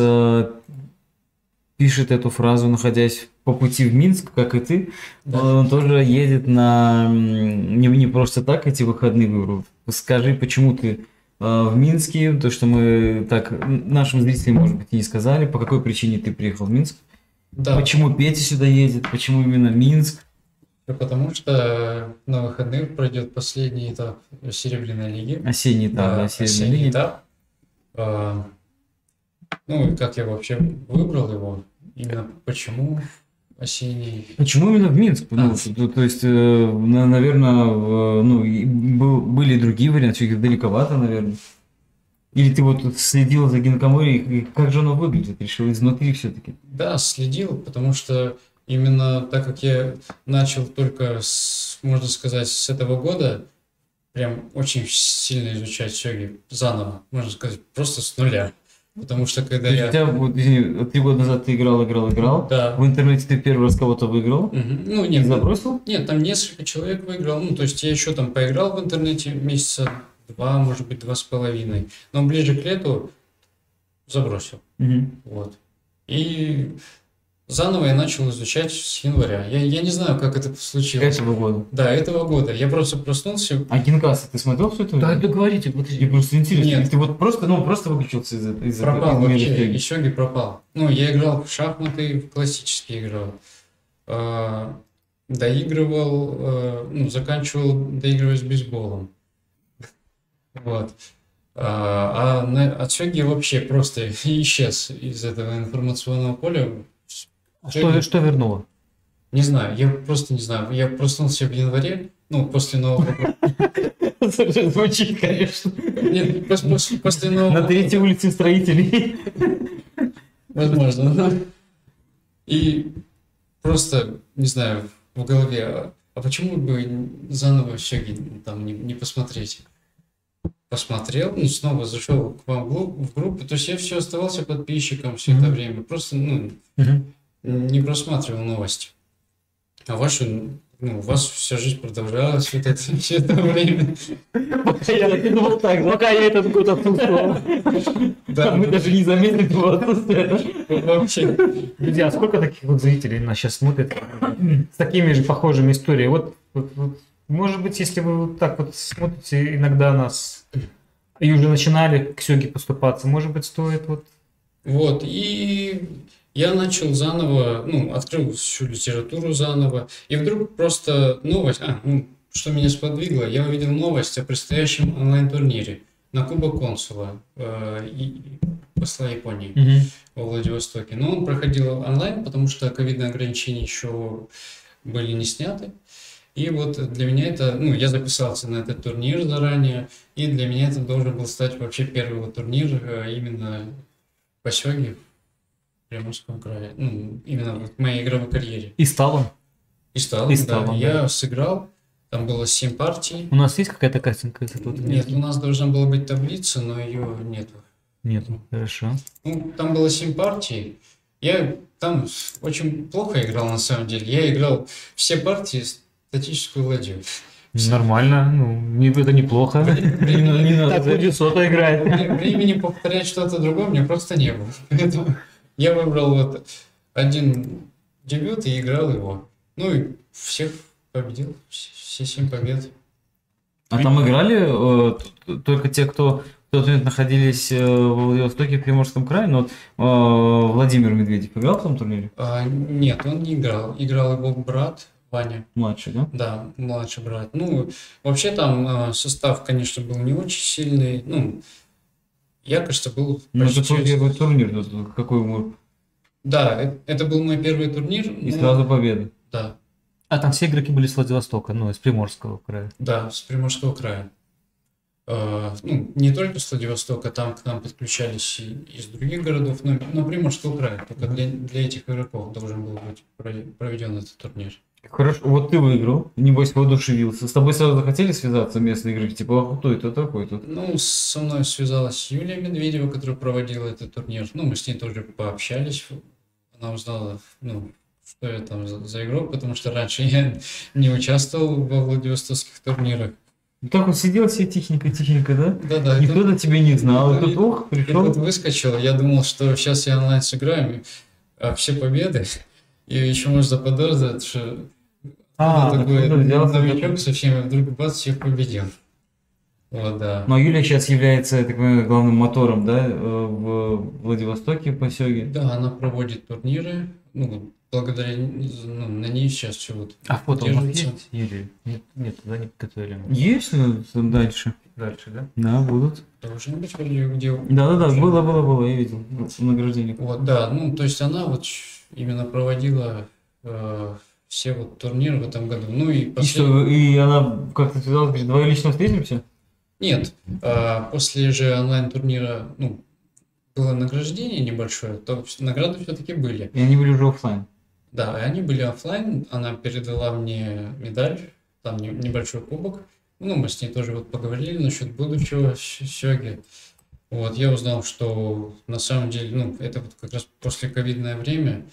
пишет эту фразу, находясь по пути в Минск, как и ты. Да. Он тоже едет на... м, Не, не просто так эти выходные выбрал. Скажи, почему ты э, в Минске? То, что мы так н- нашим зрителям, может быть, и не сказали. По какой причине ты приехал в Минск? Да, Почему Петя сюда едет? Почему именно Минск? всё потому что на выходных пройдет последний этап Серебряной лиги. Осенний этап, Да, да, Северной осенний лиги. этап. А, Ну и как я вообще выбрал его? Именно почему осенний? Почему именно в Минск? Ну, А. то, то есть, наверное, ну, и был- были другие варианты, все-таки далековато, наверное. Или ты вот тут следил за Гинкамори, и как же оно выглядит? Решил изнутри все-таки. Да, следил, потому что именно так как я начал только, с, можно сказать, с этого года, прям очень сильно изучать сёги заново, можно сказать, просто с нуля. Потому что когда То есть, я... у тебя, вот, извини, три года назад ты играл, играл, играл. Да. В интернете ты первый раз кого-то выиграл. Мгм. Ну, И нет, ну, забросил? нет, там несколько человек выиграл. Ну, то есть я еще там поиграл в интернете месяца два, может быть, два с половиной. Но ближе к лету забросил. Мгм. Вот. И заново я начал изучать с января. Я, я не знаю, как это случилось. Этого года. Да, этого года. Я просто проснулся. А Гинкаса ты смотрел все это? Да, договорите, Мне подожди. просто интересно. Нет. Или ты вот просто, ну, просто выключился из, из, Пропал из мира вообще. сёги? И сёги пропал. Ну, я играл в шахматы, в классические играл. А, доигрывал, а, ну, заканчивал доигрывать с бейсболом. Вот. А, а на, от сёги вообще просто исчез из этого информационного поля. А Что, что вернуло? Не знаю, я просто не знаю. Я проснулся в январе, ну, после Нового года. Звучит, конечно. Нет, пос- пос- после Нового На третьей года, улице строителей. возможно. да. И просто, не знаю, в голове, а, а почему бы заново сёги там не, не посмотреть? Посмотрел, ну, снова зашел к вам в глу- в группу. То есть я все оставался подписчиком все это Мгм. время. Просто, ну, не просматривал новости. А ваши, ну, у вас вся жизнь продолжалась вот это, все это время. Пока я думал так, пока я этот год отсутствовал. Да, Мы даже не заметили его отсутствия. вообще. Друзья, а сколько таких вот зрителей нас сейчас смотрят с такими же похожими историями? Вот, вот- вот, может быть, если вы вот так вот смотрите иногда нас и уже начинали к сёге поступаться, может быть, стоит вот... Вот, и я начал заново, ну, открыл всю литературу заново, и вдруг просто новость, а, ну, что меня сподвигло, я увидел новость о предстоящем онлайн-турнире на Кубок Консула э, и посла Японии во Владивостоке. Но он проходил онлайн, потому что ковидные ограничения еще были не сняты. И вот для меня это, ну, я записался на этот турнир заранее, и для меня это должен был стать вообще первый вот турнир э, именно по сёге в Приморском крае, ну, именно вот в моей игровой карьере. И стал он. И стал, И да. стал он, Я да. сыграл, там было семь партий. У нас есть какая-то картинка из этого? Нет, у нас должна была быть таблица, но ее нету. Нет, хорошо. Ну, там было семь партий. Я там очень плохо играл на самом деле. Я играл все партии статическую ладью. Нормально, ну, не- это неплохо. Времени- Не надо. Так будет сота играет. вре- Времени повторять что-то другое у меня просто не было. Поэтому я выбрал вот один дебют и играл его. Ну и всех победил. Все все семь побед. А там играли э, т- только те, кто в тот момент находились э, во Владивостоке, в Приморском крае, но вот, э, Владимир Медведев играл в том турнире? А, нет, он не играл. Играл его брат Ваня. Младший, да? Да, младший брат. Ну, вообще там э, состав, конечно, был не очень сильный. Ну, я, кажется, был Ну, это почти... твой первый турнир, да, какой ему Да, э- это был мой первый турнир. И но- сразу победа. Да, А там все игроки были с Владивостока, ну, из Приморского края. да, с Приморского края. Э, Ну, не только с Владивостока, там к нам подключались и из других городов, но, но Приморского края. Только для, для этих игроков должен был быть про- проведен этот турнир. Хорошо, вот ты выиграл, небось воодушевился. С тобой сразу захотели связаться местные игроки? Типа, а кто это такой тут? Ну, со мной связалась Юлия Медведева, которая проводила этот турнир. Ну, мы с ней тоже пообщались. Она узнала, ну, что я там за, за игрок, потому что раньше я не участвовал во Владивостокских турнирах. Так вот сидел себе тихенько-тихенько, да? Да-да, и Никто тут, до тебя не знал. и И тут, тут- ух, и пришел. тут выскочил. Я думал, что сейчас я онлайн сыграем, а все победы. И еще можно заподозрить, что А, кто так такой кто взялся, новичок со всеми, а вдруг бац, всех победил. Вот, да. Но Юля сейчас является, я так понимаю, главным мотором, да, э, в Владивостоке по сёге. Да, она проводит турниры. Ну, благодаря ну, на ней сейчас все вот А фото у вас держится. есть, Юрий? Нет, нет, туда не готовили. Есть ну, там дальше? Дальше, да? Да, будут. Должно быть вроде где. Да-да-да, было, было, было, я видел в награждениях. Вот, да, ну, то есть она вот именно проводила э, все вот турниры в этом году. Ну и И послед- что, и она как-то связалась, говорит, давай лично встретимся? Нет, а, после же онлайн-турнира, ну, было награждение небольшое, то вс- награды все-таки были. И они были уже оффлайн. Да, и они были оффлайн, она передала мне медаль, там не- небольшой кубок. Ну, мы с ней тоже вот поговорили насчет будущего с- сёги. Вот, я узнал, что на самом деле, ну, это вот как раз после ковидное время,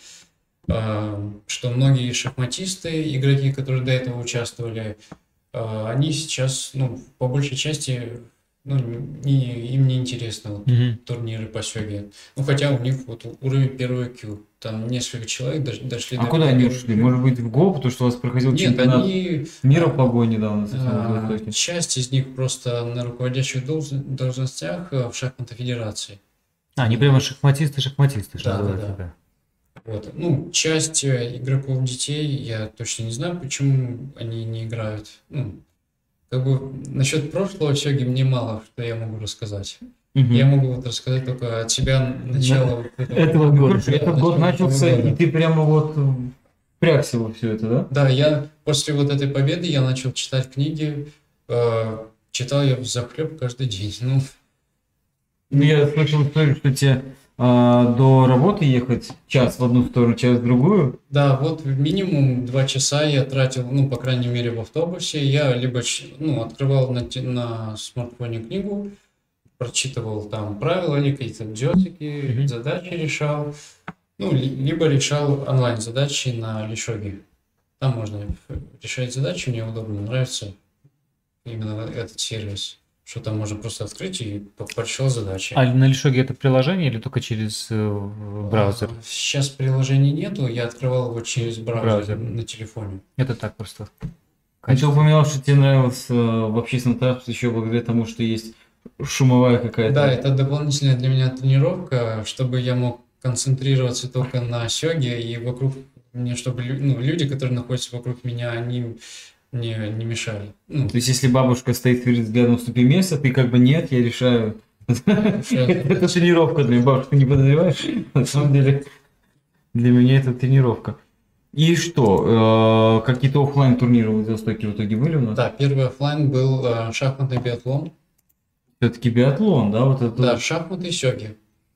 а, что многие шахматисты, игроки, которые до этого участвовали, а, они сейчас, ну, по большей части, ну, не, им не интересно вот турниры по сёге. Ну, хотя у них вот уровень первого кью, там несколько человек дош- дошли А до куда они первого ушли? кью. Может быть в ГО, потому что у вас проходил Нет, чемпионат они, мира по ГО недавно совсем в а, Владивостоке. часть из них просто на руководящих долж- должностях а, в шахматной федерации. А, они прямо шахматисты, шахматисты, что Да, да, называется, да. да. Вот. Ну, часть э, игроков детей, я точно не знаю, почему они не играют. Ну, как бы насчет прошлого сёги мне мало что я могу рассказать. Мгм. Я могу вот рассказать только от себя начала вот этого. Этого Ну, года. хорошо, этот год Начала этого начался, года. и ты прямо вот впрягся во все это, да? Да, я после вот этой победы я начал читать книги. э, читал я взахлеб каждый день. Ну, Ну, я слышал историю, что тебе а, до работы ехать час в одну сторону, час в другую. да, вот минимум два часа я тратил, ну, по крайней мере, в автобусе. Я либо ч- ну, открывал на, те- на смартфоне книгу, прочитывал там правила или какие-то дзёцики, Мгм. задачи решал. Ну, ли- либо решал онлайн-задачи на Лишоге. Там можно решать задачи, мне удобно, нравится именно этот сервис, что там можно просто открыть и по- порешал задачи. А на Лишоге это приложение или только через э, браузер? А, Сейчас приложений нету, я открывал его через браузер, Браузер. на телефоне. Это так просто. А ты упоминал, что тебе нравилось э, в общественном транспорте еще благодаря тому, что есть шумовая какая-то. Да, это дополнительная для меня тренировка, чтобы я мог концентрироваться только на сёге и вокруг мне, чтобы лю- ну, люди, которые находятся вокруг меня, они мне не мешали. Ну, То есть, если бабушка стоит перед взглядом уступи место, ты как бы нет, я решаю. Это тренировка для бабушки, не подозреваешь? На самом деле, для меня это тренировка. И что, э, какие-то оффлайн турниры в Владивостоке в итоге были у нас? да, первый оффлайн был э, шахматный биатлон. Все-таки биатлон, да? Вот это. Да, шахматы и сёги.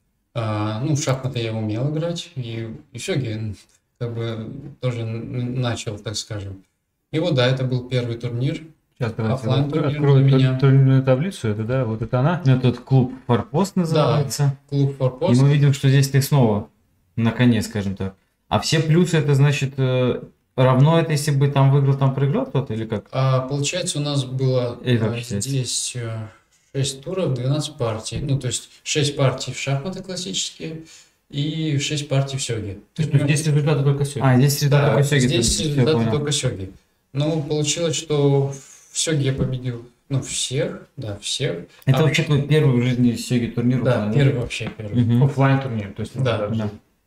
А, ну, в шахматы я умел играть, и, и сёги как бы тоже н- начал, так скажем. И вот, да, это был первый турнир. Сейчас давайте Оффлайн откро- турнир открою для ту- меня. турнирную таблицу, это да, вот это она. Этот клуб Форпост называется. Клуб И Форпост. мы видим, что здесь ты снова на коне, скажем так. А все плюсы, это значит, э, равно это, если бы там выиграл, там проиграл кто-то или как? А, получается, у нас было Или как а, считается? здесь э, шесть туров, двенадцать партий. Ну, то есть шесть партий в шахматы классические и шесть партий в сёге. То есть мы- Здесь результаты только все. А, здесь результат да, только сёги, здесь всё, результаты понял. только сёги. Но получилось, что в сёге я победил, ну, всех, да, всех. Это А, вообще твой первый в жизни сёги турнир? Да, оффлайн, первый вообще первый. Мгм. Оффлайн турнир, то есть Да, даже- да.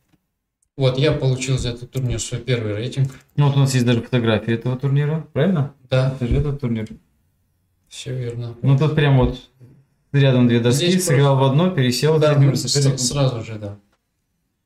Вот, я получил за этот турнир свой первый рейтинг. Ну вот у нас есть даже фотографии этого турнира, правильно? Да, Это же этот турнир. все верно. Ну тут прям вот рядом две доски, Здесь сыграл в одно, пересел, Да, с одним ну, соперником. с- сразу же, да.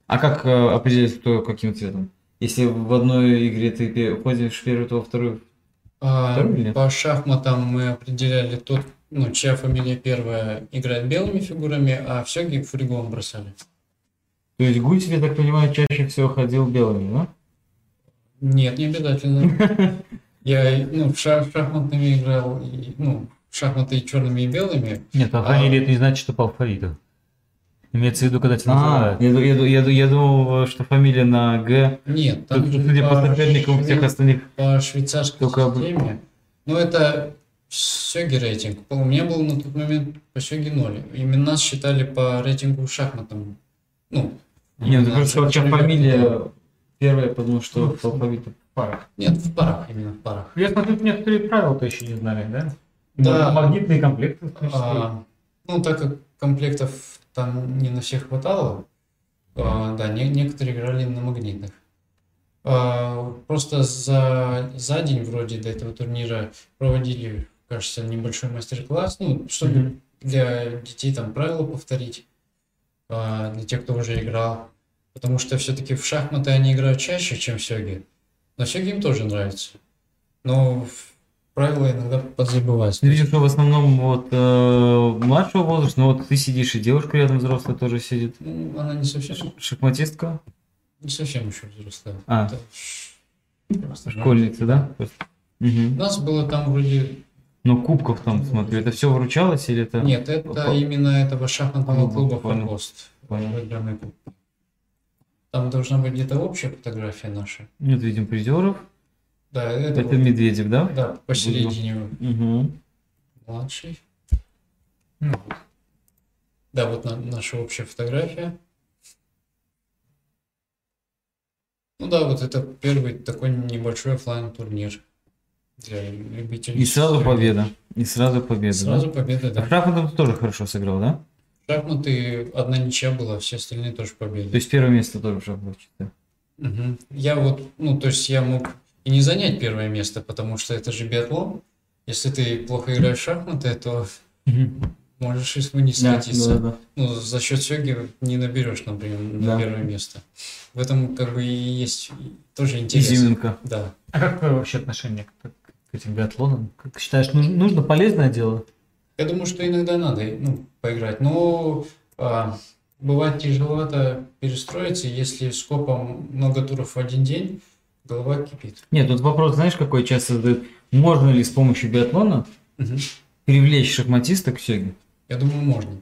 А как э, определить, кто каким цветом? Если в одной игре ты пе- ходишь в первую, то во вторую А, вторую или нет? по шахматам мы определяли тот, ну, чья фамилия первая играет белыми фигурами, а все фригом бросали. То есть Гусь, я так понимаю, чаще всего ходил белыми, да? Нет, не обязательно. Я, ну, в ша- шахматными играл, и, ну, в шахматы и черными и белыми. Нет, по крайней мере, это не значит, что по алфавиту. Имеется в виду, когда тебя А, называют. я, ду- я, ду- я, ду- я думал, что фамилия на Г. Нет, там Тут, же судя по по соперникам, у всех шве- остальных. по швейцарской Только- системе. Ну, это Сёги рейтинг. У меня был на тот момент по Сёги ноль. Именно нас считали по рейтингу шахматам. Ну, Нет, ну именно просто вот сейчас червяк. фамилия первая, потому что по алфавиту. Парах. Нет, в парах, именно в парах. Я смотрю, некоторые правила-то еще не знали, да? Да. Магнитные комплекты. А, ну, так как комплектов там не на всех хватало, а, да, не- некоторые играли на магнитных. А, просто за, за день вроде до этого турнира проводили, кажется, небольшой мастер-класс, ну, чтобы Мгм. для детей там правила повторить, а, для тех, кто уже играл. Потому что все-таки в шахматы они играют чаще, чем в сёги. Но сёги им тоже нравится. Но в- правила иногда подзабываются. Ты видишь, что в основном вот э, младшего возраста, но вот ты сидишь, и девушка рядом взрослая тоже сидит. Ну, она не совсем, Шахматистка, не совсем еще взрослая. А. Это ш- просто школьница, да? У Мгм. нас было там вроде... Ну, кубков там, смотрю, это все вручалось или это? Нет, это По- именно этого шахматного Клуба, клуба понял. «Форпост». Понял. Определенный клуб. Там должна быть где-то общая фотография наша. Нет, видим призеров. Да, это, Это вот, Медведев, да? да, посередине Угу. младший. Ну, Да, вот на- наша общая фотография. Ну да, вот это первый такой небольшой оффлайн турнир для любителей. И сразу сёги. победа. И сразу победа, Сразу да? победа, А да. в шахматах ты тоже хорошо сыграл, да? Шахматы одна ничья была, все остальные тоже То победы. есть первое место тоже в шахматах. да? Мгм. Я вот, ну, то есть я мог и не занять первое место, потому что это же биатлон. Если ты плохо играешь в шахматы, то можешь и вниз скатиться. да. Ну, за счет сёги не наберешь, например, на Да. первое место. В этом как бы и есть тоже интерес. Изюминка. Да. А как твое вообще отношение к, к этим биатлонам? Как считаешь, нужно, нужно полезное дело? Я думаю, что иногда надо, ну, поиграть. Но а, бывает тяжеловато перестроиться, если с копом много туров в один день, голова кипит. Нет, тут вопрос, знаешь, какой часто задают? Можно ли с помощью биатлона Мгм. привлечь шахматиста к сёге? Я думаю, можно.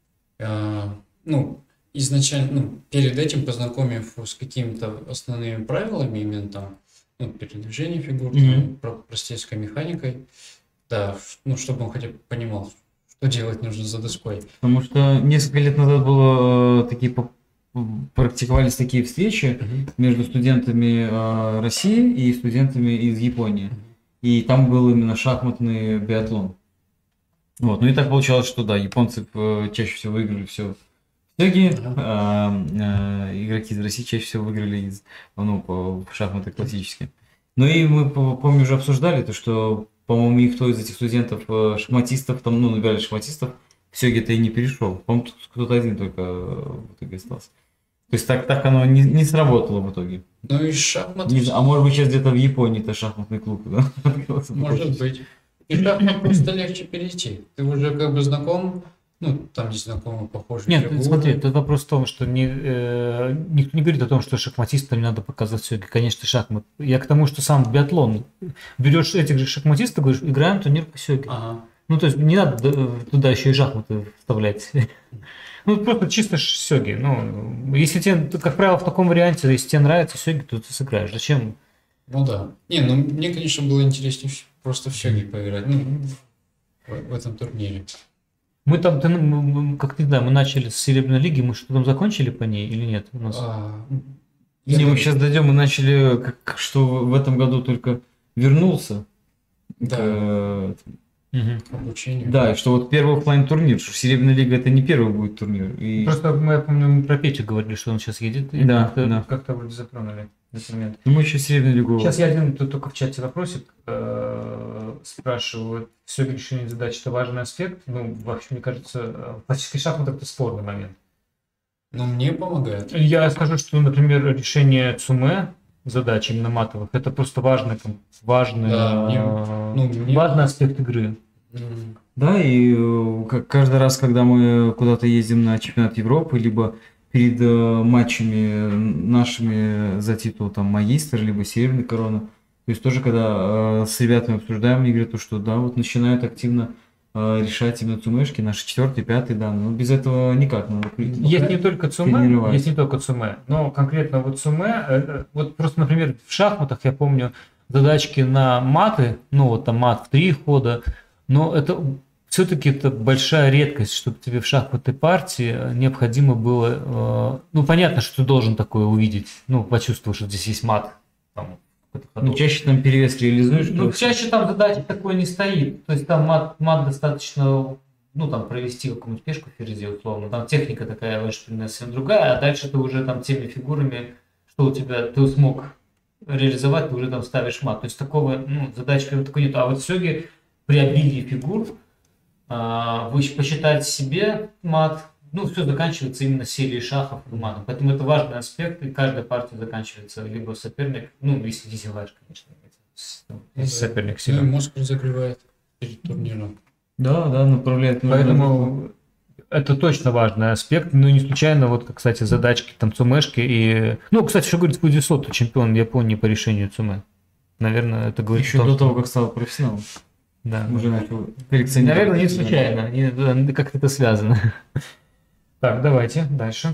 А, ну, изначально, ну, перед этим познакомив с какими-то основными правилами, именно там, ну, передвижение фигур, там, Мгм. про- простецкой механикой, да, ш- ну, чтобы он хотя бы понимал, что делать нужно за доской. Потому что несколько лет назад было э, такие по- практиковались такие встречи между студентами э, России и студентами из Японии. И там был именно шахматный биатлон. Вот. Ну и так получалось, что да, японцы э, чаще всего выиграли все в сёге, а, э, игроки из России чаще всего выиграли из, ну, по в шахматы классические. Ну и мы, по- помню, уже обсуждали то, что, по-моему, никто из этих студентов, э, шахматистов, там, ну, набирали шахматистов, в сёге-то и не перешел. По-моему, тут кто-то один только э, в итоге остался. То есть так, так оно не, не сработало в итоге. Ну и шахматы, Не знаю, а может быть сейчас где-то в Японии-то шахматный клуб, да? открылся. может быть. И шахмат просто легче перейти. Ты уже как бы знаком, ну, там не знакомы, похожие Нет, фигуры. смотри, тут вопрос в том, что не, э, никто не говорит о том, что шахматистам не надо показывать все. Конечно, шахмат. Я к тому, что сам биатлон. Берешь этих же шахматистов, говоришь, играем турнир по сёге. Ага. Ну, то есть не надо д- туда еще и шахматы вставлять. Ну, просто чисто ш- сёги. Ну, если тебе, как правило, в таком варианте, если тебе нравится сёги, то ты сыграешь. Зачем? Ну да. Не, ну мне, конечно, было интереснее в- просто в сёги поиграть. Ну, в, в этом турнире. Мы там, ты, ну, мы- мы- как не знаю, мы начали с Серебряной лиги, мы что там закончили по ней или нет? У нас... А, Не, мы сейчас дойдем, мы начали, как, что в этом году только вернулся. Да. к, э, Мгм. к обучению. Да, и что вот первый оффлайн турнир, что Серебряная лига это не первый будет турнир. И... Просто мы, я помню, мы про Петю говорили, что он сейчас едет. И Да, как-то, да. как-то вроде затронули этот момент. Ну, мы еще Серебряную лигу. Сейчас я один тут только в чате вопросик э, спрашиваю. Все решение задач это важный аспект. Ну, вообще, мне кажется, э, в классических шахматах это спорный момент. Но мне помогает. Я скажу, что, например, решение ЦУМе задач именно матовых, это просто важный, ком- важный, Да, мне- э, ну, мне- важный аспект игры. М, Да, и э, как каждый раз, когда мы куда-то ездим на чемпионат Европы, либо перед э, матчами нашими за титул там магистр, либо Северной короны, то есть тоже когда э, с ребятами обсуждаем, они говорят, то, что да, вот начинают активно э, решать именно цумешки, наши четвертый, пятый данные. Но без этого никак. Надо прийти. Есть не только ЦУМе, тренировать. есть не только ЦУМе, но конкретно вот ЦУМе, э, э, вот просто, например, в шахматах я помню задачки на маты, ну вот там мат в три хода, но это все-таки это большая редкость, чтобы тебе в шахматной партии необходимо было, э, ну понятно, что ты должен такое увидеть, ну почувствовать, что здесь есть мат. Там, какой-то Ну, ходок. чаще там перевес реализуешь. Ну, то- чаще там задачи такой не стоит. То есть там мат, мат достаточно, ну, там, провести какую-нибудь пешку в ферзе, условно. Там техника такая вышпильная совсем другая, а дальше ты уже там теми фигурами, что у тебя, ты смог реализовать, ты уже там ставишь мат. То есть такого, ну, задачки вот такой нет. А вот в сёге при обилии фигур а, вы посчитать себе мат, ну, все заканчивается именно серией шахов и матом. Поэтому это важный аспект, и каждая партия заканчивается либо соперник, ну, если не силаешь, конечно. Если соперник Ну, и силен. мозг разогревает перед турниром. Да, да, направляет. нужно. Поэтому это точно важный аспект. Ну, не случайно, вот, кстати, задачки, там, цумешки и... Ну, кстати, что говорит Фудзисото, чемпион Японии по решению цуме. Наверное, это говорит Еще о том, до что- того, как стал профессионалом. Да. Уже начал коллекционировать. Наверное, не случайно. Не- да, как-то это связано. Так, давайте дальше.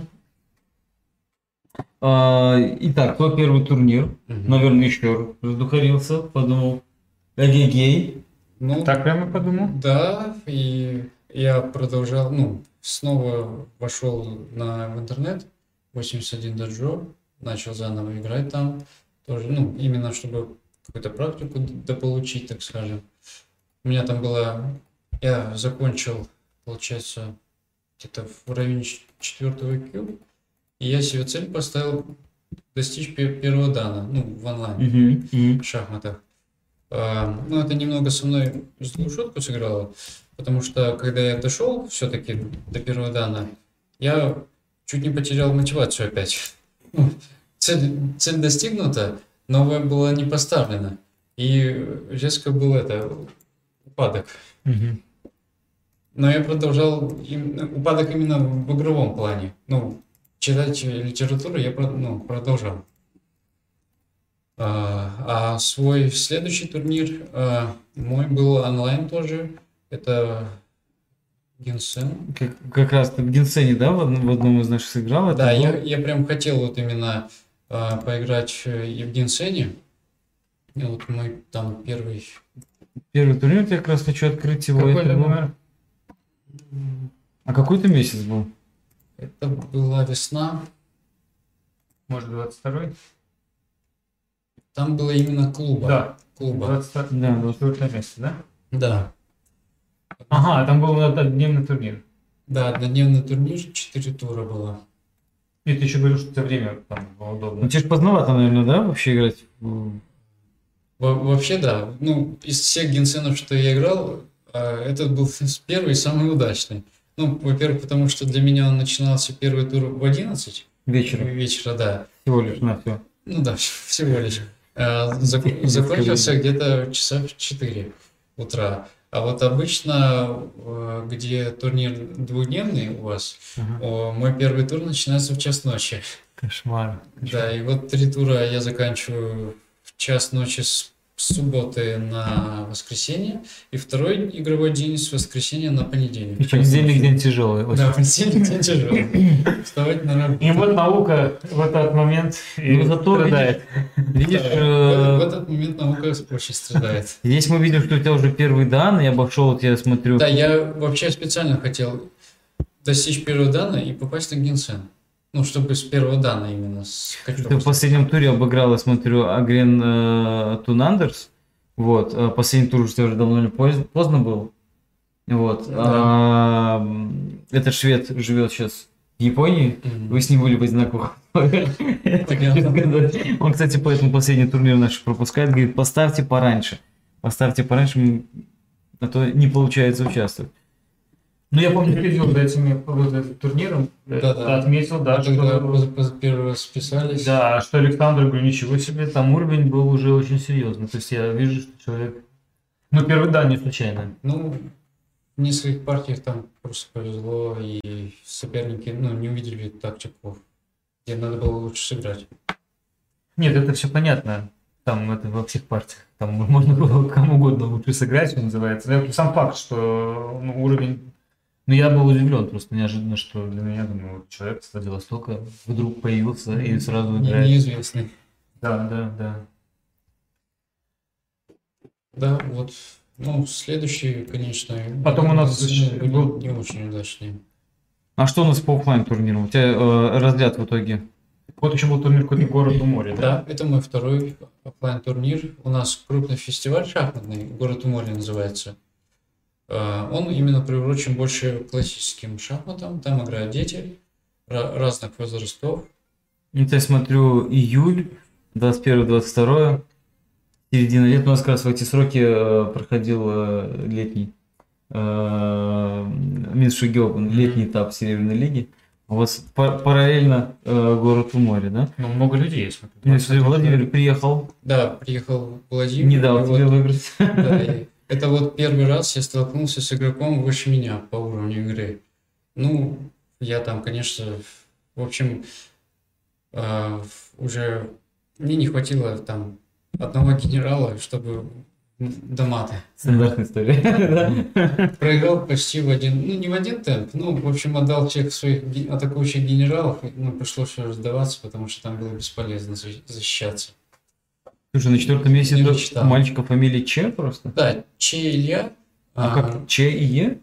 А, итак, твой первый турнир. Мгм. Наверное, еще раздухарился, подумал, эгегей. Ну, Так прямо подумал? да, и я продолжал, ну, снова вошел на, в интернет, восемьдесят один доджо, начал заново играть там, тоже, ну, именно чтобы какую-то практику дополучить, так скажем. У меня там было, я закончил, получается, где-то в районе ч- четвертого кью, и я себе цель поставил достичь пе- первого дана, ну, в онлайн Мгм, мгм. шахматах. А, Ну, это немного со мной злую шутку сыграло, потому что когда я дошел все-таки до первого дана, я чуть не потерял мотивацию опять. Ну, Цель, цель достигнута, новая была не поставлена. И резко был это упадок. Мгм. Но я продолжал им- упадок именно в игровом плане. Ну, читать литературу я про- ну, продолжал. А, а свой следующий турнир а, мой был онлайн тоже. Это Генсен. Как, как раз ты в Генсене, да, в одном, в одном из наших сыграл? Это Да, был- я, я прям хотел вот именно а, поиграть э, и в Генсене. И вот мой там первый. Первый турнир, я как раз хочу открыть его. Какой Это это был- номер? А какой-то месяц был? Это была весна. Может, двадцать второй? Там было именно клуба. Да. Клуба. двадцать второе Да, двадцать четвёртое место, да? Да. Ага, там был однодневный турнир. Да, однодневный турнир, четыре тура было. И ты еще говорил, что тебе время там было удобно. Ну, тебе же поздновато, наверное, да, вообще играть? в- Во- Вообще, да. Ну, из всех генсенов, что я играл, а, этот был первый и самый удачный. Ну, во-первых, потому что для меня он начинался первый тур в одиннадцать Вечером. вечера, да. Всего лишь на все. Ну да, всего лишь. А, зак- Закончился где-то часа в четыре утра. А вот обычно, э, где турнир двухдневный у вас, Ага. о, мой первый тур начинается в час ночи. Кошмар. Да, и вот три тура я заканчиваю в час ночи с субботы на воскресенье, и второй игровой день с воскресенья на понедельник. И понедельник день тяжелый. очень. Да, понедельник день тяжелый. Вставать на работу. И вот наука в этот момент и Ну, зато страдает. Видишь, Да, э, в в этот момент наука очень страдает. здесь мы видим, что у тебя уже первый дан, я обошел, вот я смотрю. Да, я вообще специально хотел достичь первого дана и попасть на Генсен. Ну, чтобы с первого дана именно. С Ты в качок. последнем туре обыграл, я смотрю, Агрен э, Тунандерс. Вот, э, последний тур у тебя уже давно не поз- поздно был. Вот. Да. А, м, этот швед живет сейчас в Японии. Мгм. Вы с ним были в одинаковых условиях. Это хочу сказать. Он, кстати, поэтому последний турнир наш пропускает. Говорит, поставьте пораньше. Поставьте пораньше, м, а то не получается участвовать. Ну, я помню, ты видел за этими вот этим турниром, э, Да-да. отметил, да, Мы тогда что, поз- поз- первый раз списались. да, что Александр, говорю, ничего себе, там уровень был уже очень серьезный. То есть я вижу, что человек... Ну, первый, да, не случайно. Ну, в нескольких партиях там просто повезло, и соперники, ну, не увидели тактику, где надо было лучше сыграть. Нет, это все понятно. Там это во всех партиях. Там можно было кому угодно лучше сыграть, что называется. Это сам факт, что ну, уровень... Ну, я был удивлен, просто неожиданно, что для меня, думаю, вот человек с Владивостока вдруг появился и сразу Не- играет. Неизвестный. Да, да, да. Да, вот. Ну, следующий, конечно, Потом у нас были еще был- не очень удачные. А что у нас по оффлайн турниру? У тебя э, разряд в итоге? Вот еще был турнир какой-то город у моря, да? Да, это мой второй оффлайн турнир. У нас крупный фестиваль шахматный, город у моря называется. А, Он именно приурочен больше к классическим шахматам. Там играют дети ра- разных возрастов. Это я смотрю июль, двадцать первое двадцать второе, середина лета. У нас как раз в эти сроки э, проходил э, летний э, Минск Геопен, летний этап Северной лиги. У вас па- параллельно э, город у моря, да? Ну, много людей, я смотрю. Ну, если Владимир приехал, Да, приехал Владимир. не дал и тебе вот, выиграть. да, и это вот первый раз я столкнулся с игроком выше меня по уровню игры. Ну, я там, конечно, в общем, а, уже мне не хватило там одного генерала, чтобы до мата. Стандартная история. Да? Проиграл почти в один, ну не в один темп, ну в общем отдал всех своих ге- атакующих генералов, и, ну пришлось все сдаваться, потому что там было бесполезно защ- защищаться. Слушай, на четвертом месте Не это мечтал. у мальчика фамилия Че просто? Да, Че Илья. А как Че и Е?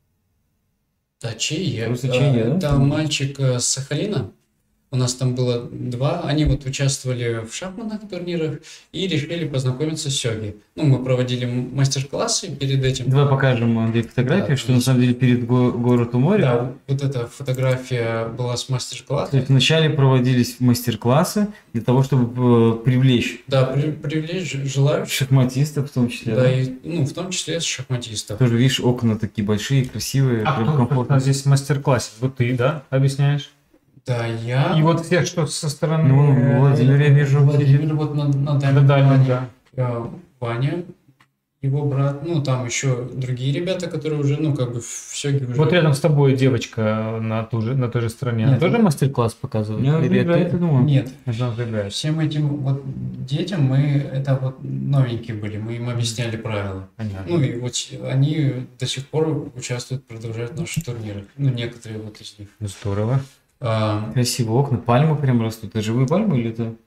Да, Че Илья. Просто Че Илья, А, да? Там мальчик э, с Сахалина. У нас там было два. Они вот участвовали в шахматных турнирах и решили познакомиться с Сёги. Ну, мы проводили м- мастер-классы перед этим. Давай покажем Андрей фотографии, Да, что на самом деле перед го- город у моря. Да, вот эта фотография была с То мастер-класса. есть вначале проводились мастер-классы для того, чтобы э, привлечь Да, при- привлечь ж- желающих. шахматистов в том числе. Да, Да? и, ну, в том числе шахматистов. Тоже, видишь, окна такие большие, красивые, А прям кто комфортно. собственно, здесь в мастер-классе? Вот ты, да, объясняешь? Да, я... И вот всех, что со стороны... Ну, э, Владимир, я вижу, Владимир вот на, на на дальнем дальнем, плане. да. э, Ваня, его брат, ну, там еще другие ребята, которые уже, ну, как бы все уже... Вот рядом с тобой девочка на, ту же, на той же стороне. Она Нет, тоже ну- мастер-класс показывает? Я Или играю, ты- я думаю. Нет, Она играет. всем этим вот детям мы, это вот новенькие были, мы им объясняли правила. Понятно. Ну, и вот они до сих пор участвуют, продолжают наши турниры. Ну, некоторые вот из них. Здорово. А, Красиво, окна, пальмы прям растут. Это живые пальмы или это?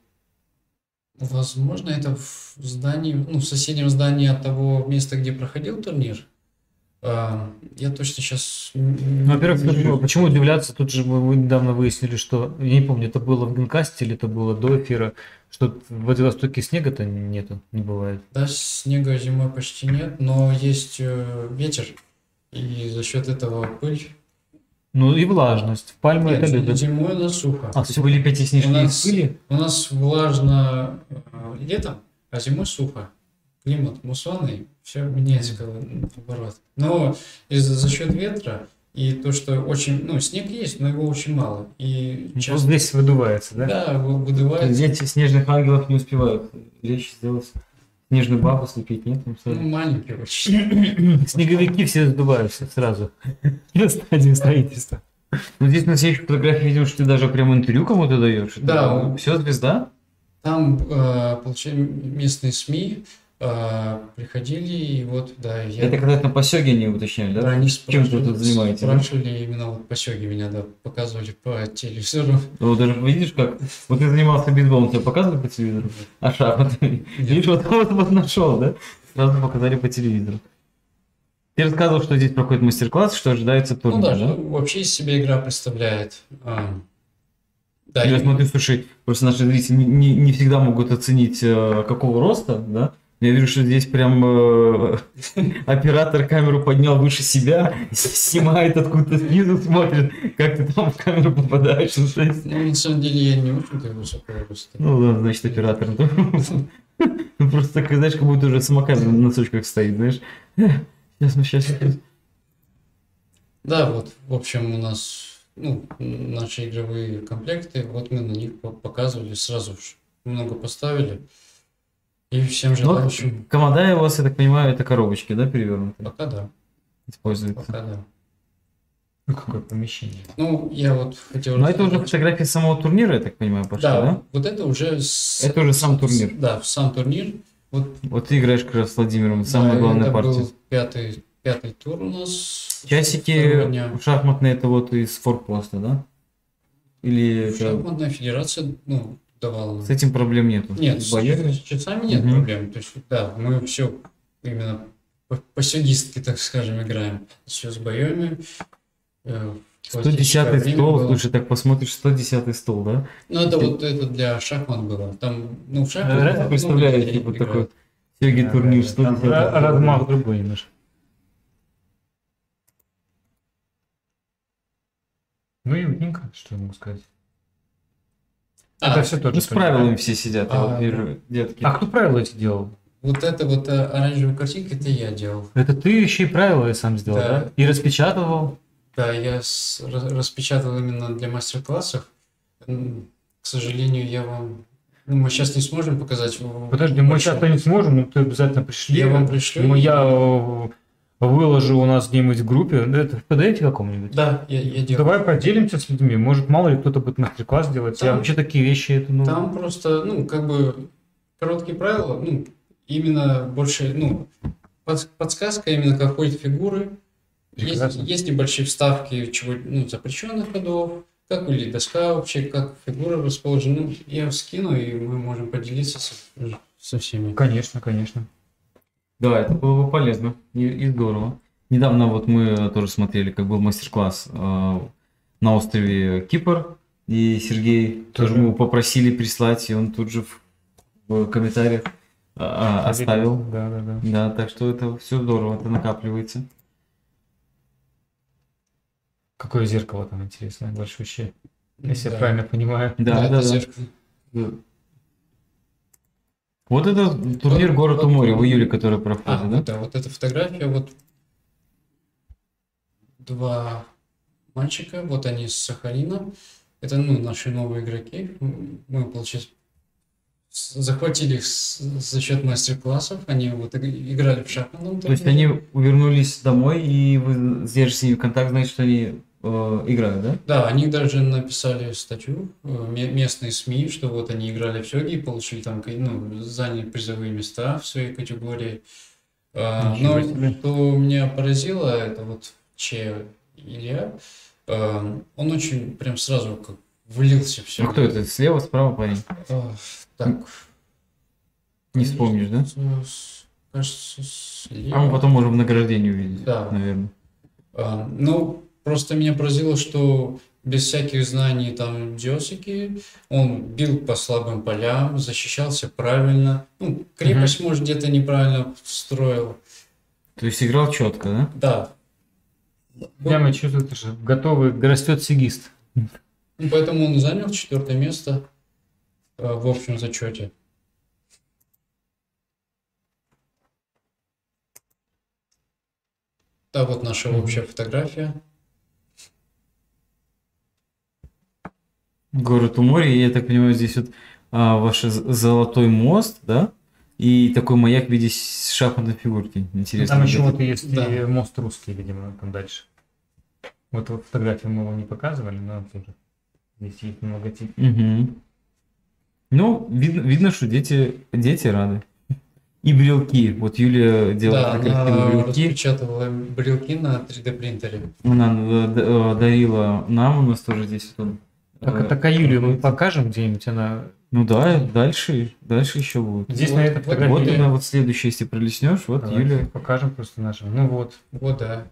возможно, это в здании, ну, в соседнем здании от того места, где проходил турнир. А, я точно сейчас... Ну, во-первых, почему, почему удивляться? Тут же мы мы недавно выяснили, что, я не помню, это было в Генкасте или это было до эфира, что в Владивостоке снега-то нету, не бывает. Да, снега зимой почти нет, но есть э, ветер, и за счет этого пыль. Ну и влажность. Пальмы Нет, это любят. зимой у нас сухо. А, то есть вы лепите снежки У из нас- пыли? У нас влажно э, летом, а зимой сухо. Климат муссонный, все меняется как бы наоборот. Но из-за за счет ветра и то, что очень, ну, снег есть, но его очень мало. И Вот часто, здесь выдувается, да? да, вы- выдувает, Дети снежных ангелов не успевают лечь, сделать. Снежную бабу слепить, нет? Там ну, сразу. маленький очень. Снеговики все сдуваются сразу на стадии строительства. Ну, здесь на следующей фотографии видим, что ты даже прям интервью кому-то даешь. Да. Все, звезда? Там, э, получили местные СМИ, э, приходили, и вот, да, я... Это когда-то по Сёге не уточняли, Да, да? они Чем вы спрашивали, тут занимаетесь, да? спрашивали именно вот по Сёге меня, да, показывали по телевизору. Ну, вот даже видишь, как... Вот ты занимался бейсболом, тебя показывали по телевизору? А шахматами? Видишь, вот, вот, вот нашел, да? Сразу показали по телевизору. Ты рассказывал, что здесь проходит мастер-класс, что ожидается Ну турнир, да, да? ну, вообще из себя игра представляет. А, да, Я и- смотрю, слушай, просто наши зрители не, не- не всегда могут оценить, э, какого роста, да? Я вижу, что здесь прям э, оператор камеру поднял выше себя, снимает откуда-то снизу, смотрит, как ты там в камеру попадаешь. Ну, то есть- ну, на самом деле я не очень-то высокого роста. ну да, значит, оператор. Ну, просто такой, знаешь, как будто уже самокат на носочках стоит, знаешь. Сейчас, ну сейчас. Да, вот, в общем, у нас, ну, наши игровые комплекты, вот мы на них по- показывали, сразу ж много поставили. И всем Ну, желающим, Камадай у вас, я так понимаю, это коробочки, да, перевернутые? пока да, Используются. пока да. Ну, какое помещение. Ну, я вот хотел Но это уже рассказать. фотографии самого турнира, я так понимаю, пошли, Да, да? вот это уже... с- Это уже сам с- турнир. Да, сам турнир. Вот, Вот ты играешь как раз с Владимиром, самая да, главная это партия. был пятый, пятый тур у нас. второго Часики дня. шахматные это вот из форпоста, да? Или это- Шахматная федерация, ну, давала нам. с этим проблем нету? Нет, С с, боями? с часами нет Мгм. проблем. То есть, да, мы все именно по, по сюдистски, так скажем, играем. Все с боями. э, сто классическое десятый время стол, было. слушай, так посмотришь, сто десятый стол, да? Ну, это вот это для шахмат было. Там, ну, в шахматы... Э, много Представляю, людей типа играют. такой Сёги турнир, сто Там десятый ра- стол. размах другой немножко. Ну и уютненько, что я могу сказать. А, Это все тоже. Ну, с правилами все сидят, я А, вот вижу, детки. А кто правила эти делал? вот это вот э, оранжевая картинка, это я делал. Это ты еще и правила и сам сделал, Да. да? И распечатывал. Да, я с- ра- распечатал именно для мастер-классов. М, К сожалению, я вам... Ну, мы сейчас не сможем показать. в- Подожди, мы большом. сейчас-то не сможем, но ты обязательно пришли. Я вам пришлю. Мы- Я э, выложу у нас где-нибудь в группе. Да, это в пи ди эф каком-нибудь? Да, я, я делал. Давай поделимся с людьми. Может, мало ли кто-то будет мастер-класс делать. Я Там- вообще такие вещи, это, ну... Там просто, ну, как бы короткие правила, ну, именно больше, ну, под- подсказка именно как ходят фигуры. Есть, Прекрасно. есть небольшие вставки чего, ну, запрещенных ходов, как выглядит доска вообще, как фигура расположена. Ну, я скину, и мы можем поделиться со, со всеми. Конечно, конечно. Да, это было бы полезно и, и здорово. Недавно вот мы тоже смотрели, как был мастер-класс э, на острове Кипр, и Сергей тоже Тоже. мы его попросили прислать, и он тут же в, в комментариях а, а, оставил. Да, да, да. Да, так что это все здорово, это накапливается. Какое зеркало там интересное, большущее. Если Да. я правильно понимаю. Да, Да, да, это да. зеркало. Вот это турнир Вот- «Город у вот- моря» в июле, который А, проходит, да? вот, да, вот эта фотография, вот два мальчика, вот они с Сахалина. Это, ну, наши новые игроки. М, Мы, получается, с- захватили их с- за счет мастер-классов. Они вот иг- играли в шахматном То есть турнире. они вернулись домой, и вы держите с ними контакт, значит, что они э, играют, да? Да, они даже написали статью, э, ме- местные СМИ, что вот они играли в сёги, получили там, ка- ну, заняли призовые места в своей категории. А, Ничего Но себе. что меня поразило, это вот Че Илья, а, он очень прям сразу как влился в Ну кто это? Слева, справа парень? Так. Не вспомнишь, да? С- Кажется, слева. А мы потом можем в награждении увидеть, Да. наверное. А, Ну, просто меня поразило, что без всяких знаний там диосики, он бил по слабым полям, защищался правильно. Ну, крепость, может, где-то неправильно строил. То есть играл четко, да? Да. Прямо чувствую, что готовый, растет сигист. Ну, поэтому он занял четвертое место э, в общем зачете. Да, вот наша Мгм. общая фотография. Город у моря, и я так понимаю, здесь вот а, ваш з- золотой мост, да? И такой маяк в виде с- шахматной фигурки. Интересно. Там еще где-то. вот есть и Да. мост русский, видимо, там дальше. Вот, вот фотографию мы вам не показывали, но тоже здесь есть логотип. Мгм. Ну, видно, видно, что дети, дети рады. И брелки. Вот Юлия делала Да, красивые она брелки. распечатывала брелки на три дэ принтере. Она э, д- э, дарила нам, у нас тоже здесь вот он. Так, э, а так, а Юлию мы находится. покажем где-нибудь, она... Ну да, дальше, дальше еще будет. Здесь Вот- на этой вот фотографии... Вот Юлия. она вот следующая, если пролистнешь, вот Давайте Юлия. покажем просто нашим. Ну вот. Вот, да.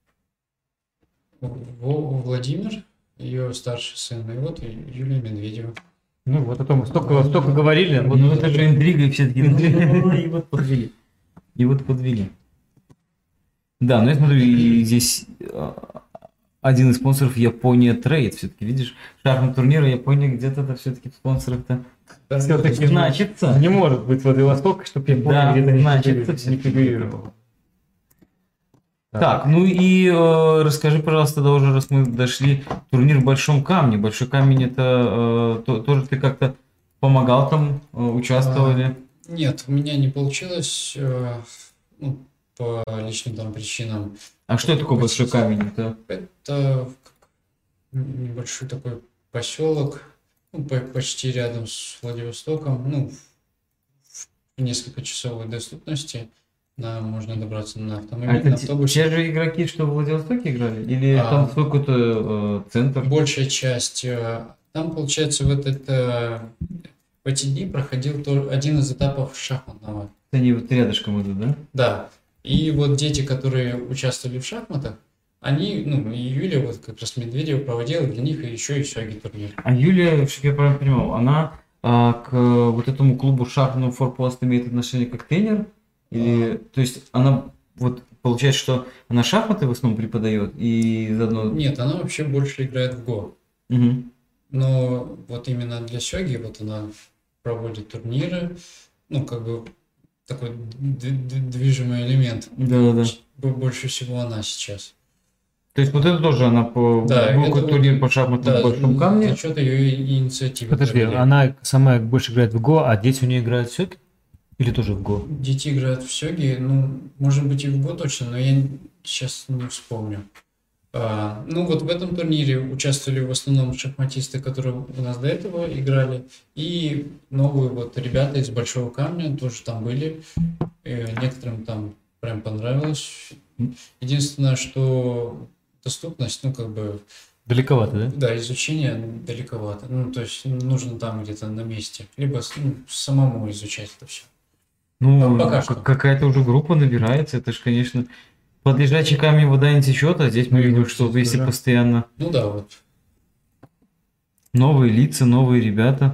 Во- Владимир, ее старший сын, и вот Юлия Медведева. Ну вот, о том столько, столько говорили. Вот, Ну это же интрига все-таки. И вот подвели. И вот подвели. Да, ну я смотрю, и здесь а, один из спонсоров Япония Трейд. Все-таки, видишь, шахматный турнир Япония где-то все-таки в спонсорах-то все-таки значится. не может быть Владивостока, чтобы я Да, где-то не значится фигури- не всё-таки. фигурировал. Так, ну и э, расскажи, пожалуйста, тогда уже, раз мы дошли, турнир в Большом Камне. Большой камень это э, то- тоже ты как-то помогал там, э, участвовали? Нет, у меня не получилось, э, ну, по личным там причинам. А что такое Большой камень? Это... Это как небольшой такой поселок, ну, по- почти рядом с Владивостоком, ну, в несколько часовой доступности. На, можно добраться на А автомобиле, это на те, автобусе. те же игроки, что в Владивостоке играли? Или А. там свой какой-то э, центр? Большая часть. э, Там, получается, в, этот, э, в эти дни проходил то- один из этапов шахматного. Они вот рядышком идут, да? Да. И вот дети, которые участвовали в шахматах, они, ну, и Юля вот как раз Медведева проводила для них еще и сёги турнир. А Юлия, чтобы я правильно понимал, она а, к э, вот этому клубу шахматному форпост имеет отношение как тренер? Или, то есть она, вот получается, что она шахматы в основном преподает и заодно... Нет, она вообще больше играет в Го. Мгм. Но вот именно для сёги вот она проводит турниры, ну, как бы такой д- д- движимый элемент. Да-да-да. Б- Больше всего она сейчас. То есть вот это тоже она по... Да, был это какой-то вот- турнир по шахматам Да, в Большом за Камне. счет ее инициативы. Подожди, провели. она сама больше играет в Го, а дети у нее играют в сёги? Или тоже в Го? Дети играют в сёги, ну, может быть и в Го точно, но я сейчас не вспомню. А, ну, вот в этом турнире участвовали в основном шахматисты, которые у нас до этого играли, и новые вот ребята из Большого Камня тоже там были. Э, некоторым там прям понравилось. Единственное, что доступность, ну, как бы, Далековато, да? да, изучение далековато. Ну, то есть нужно там где-то на месте, либо с- ну, самому изучать это все. Ну, Пока к- что. какая-то уже группа набирается, это же, конечно... Под лежачий камень вода не течет, а здесь мы Ну, и видим, вот что здесь если тоже. постоянно Ну да, вот. новые лица, новые ребята,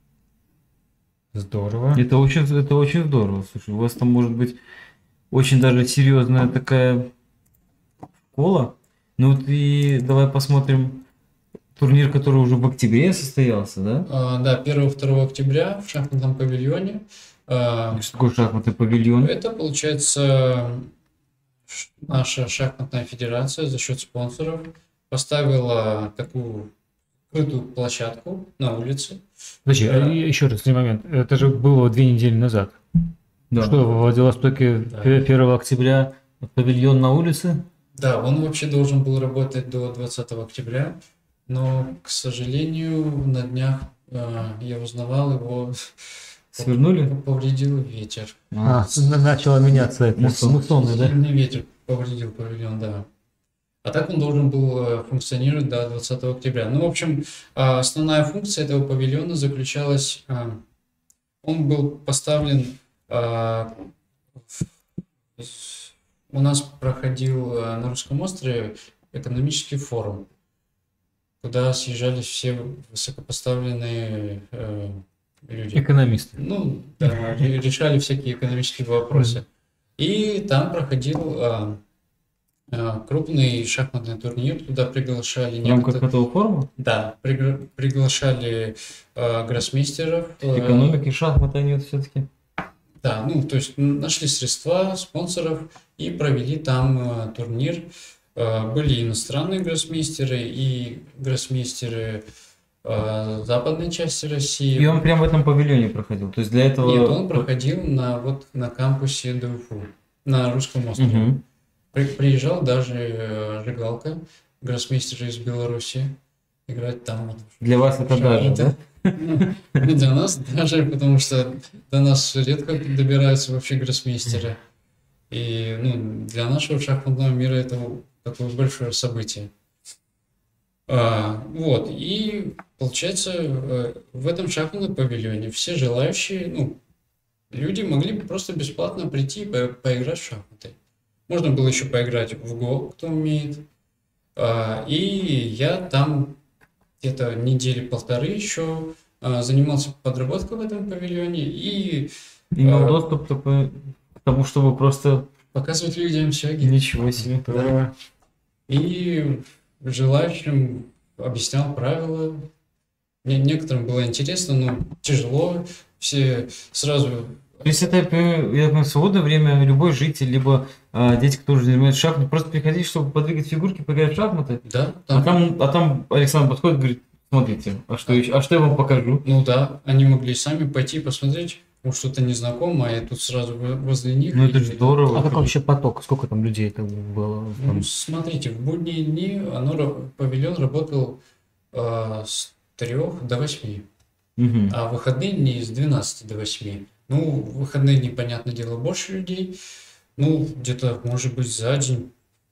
Здорово. это очень, это очень здорово. Слушай, у вас там может быть очень даже серьезная такая школа. Ну вот и давай посмотрим турнир, который уже в октябре состоялся, да? А, да, первого-второго октября в шахматном павильоне. А, Что такое шахматный павильон? это, получается, ш- наша шахматная федерация за счет спонсоров поставила такую крытую площадку на улице. Подожди, Да. еще раз, один момент. Это же было две недели назад. Да. Что, в Владивостоке Да. первого октября Павильон на улице? Да, он вообще должен был работать до двадцатого октября, но, к сожалению, на днях э, я узнавал, его Свернули? повредил ветер. А, начало меняться это. Муссон. Муссоны, да? Сильный ветер повредил павильон, да. А так он должен был э, функционировать до двадцатого октября. Ну, в общем, а, основная функция этого павильона заключалась, а, он был поставлен, а, в- с- у нас проходил а, на Русском острове экономический форум, куда съезжались все высокопоставленные э, люди. Экономисты. Ну, да, ре- решали всякие экономические вопросы. И там проходил а, а, крупный шахматный турнир, туда приглашали В рамках некоторых, этого форума? да, пригла- приглашали а, гроссмейстеров. а, Экономики, шахматы, они вот все-таки. Да, ну, то есть м, нашли средства, спонсоров и провели там а, турнир. А, были иностранные гроссмейстеры и гроссмейстеры а, западной части России. И он прям в этом павильоне проходил. То есть для этого... Нет, он проходил на, вот, на кампусе ДУФУ, на Русском острове. Мгм. При- приезжал даже э, Жигалка, гроссмейстер из Беларуси, играть там. Вот. Для вас это даже, да? Ну, для нас даже, потому что до нас редко добираются вообще гроссмейстеры. И ну, для нашего шахматного мира это такое большое событие. А, вот, и получается, э, в этом шахматном павильоне все желающие, ну, люди могли просто бесплатно прийти и по- поиграть в шахматы. Можно было еще поиграть в Го, кто умеет. А, и я там где-то недели полторы еще а, занимался подработкой в этом павильоне и Имел А. доступ только к тому, чтобы просто... показывать людям сёги. Ничего себе. Да. И желающим объяснял правила. Не- Некоторым было интересно, но тяжело. Все сразу То есть это, я понимаю, я понимаю, в свободное время любой житель, либо а, дети, которые занимаются шахматами, просто приходить, чтобы подвигать фигурки, поиграть в шахматы. Да, А там, там, а там Александр подходит и говорит, смотрите, а что еще, а что я вам покажу? ну да, они могли сами пойти посмотреть, может, что-то незнакомое, а я тут сразу во- возле них. Ну это и- же здорово. А как вообще поток? Сколько там людей это было? Там? Ну, смотрите, в будние дни оно, ра- павильон работал а, с трех до восьми, Мгм. а в выходные дни с двенадцати до восьми. Ну, в выходные дни, понятное дело, больше людей. Ну, где-то, может быть, за день,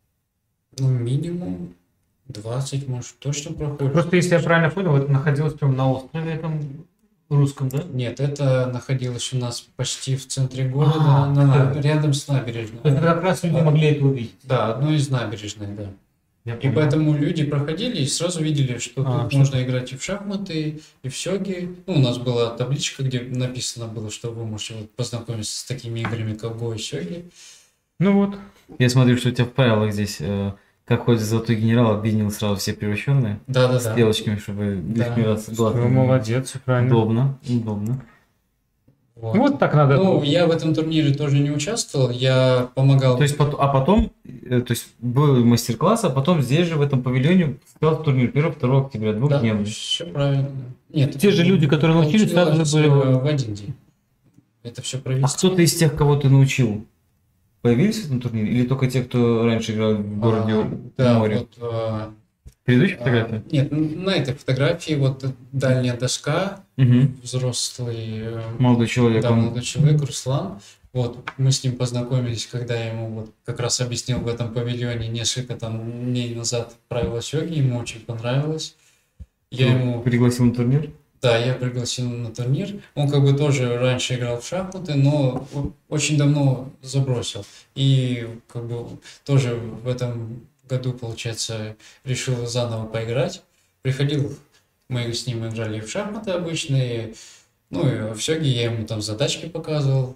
ну, минимум двадцать, может, точно проходит. Просто если я правильно понял, это находилось прямо на острове этом русском, да? Нет, это находилось у нас почти в центре города, А, на- на- да. рядом с набережной. То есть как раз люди могли это увидеть. Да, одной из набережных, да. Я И понял. поэтому люди проходили и сразу видели, что А, тут что- можно играть и в шахматы, и в сёги. Ну, у нас была табличка, где написано было, что вы можете вот познакомиться с такими играми, как Го и сёги. Ну вот. Я смотрю, что у тебя в правилах здесь, э, как ходит золотой генерал, объединил сразу все превращенные Да-да-да. стрелочками, чтобы Да. лишний раз глаз Ну, не- молодец, все правильно. Удобно, удобно. Вот. Вот так надо. Ну, я в этом турнире тоже не участвовал, я помогал. То есть, пот- а потом, э, то есть был мастер-класс, а потом здесь же в этом павильоне стал турнир первого-второго октября, Да, двухдневный. все правильно. Нет, Те же люди, которые научились, сразу же получилось, были- э, в один день. Это все А провести. кто-то из тех, кого ты научил, появились в этом турнире? Или только те, кто раньше играл в городе А, у да, моря? вот, а, Предыдущие а, фотографии? нет, н- на этой фотографии вот дальняя доска, Мгм. взрослый, э, Молодой человек, да, он... молодой человек, Руслан. Вот, мы с ним познакомились, когда я ему вот как раз объяснил в этом павильоне несколько там дней назад правила сёги, ему очень понравилось. Я ему, пригласил на турнир? да, я пригласил на турнир. Он как бы тоже раньше играл в шахматы, но о- очень давно забросил. И как бы тоже в этом году, получается, решил заново поиграть. Приходил, мы с ним играли в шахматы обычные, ну и в сёге я ему там задачки показывал,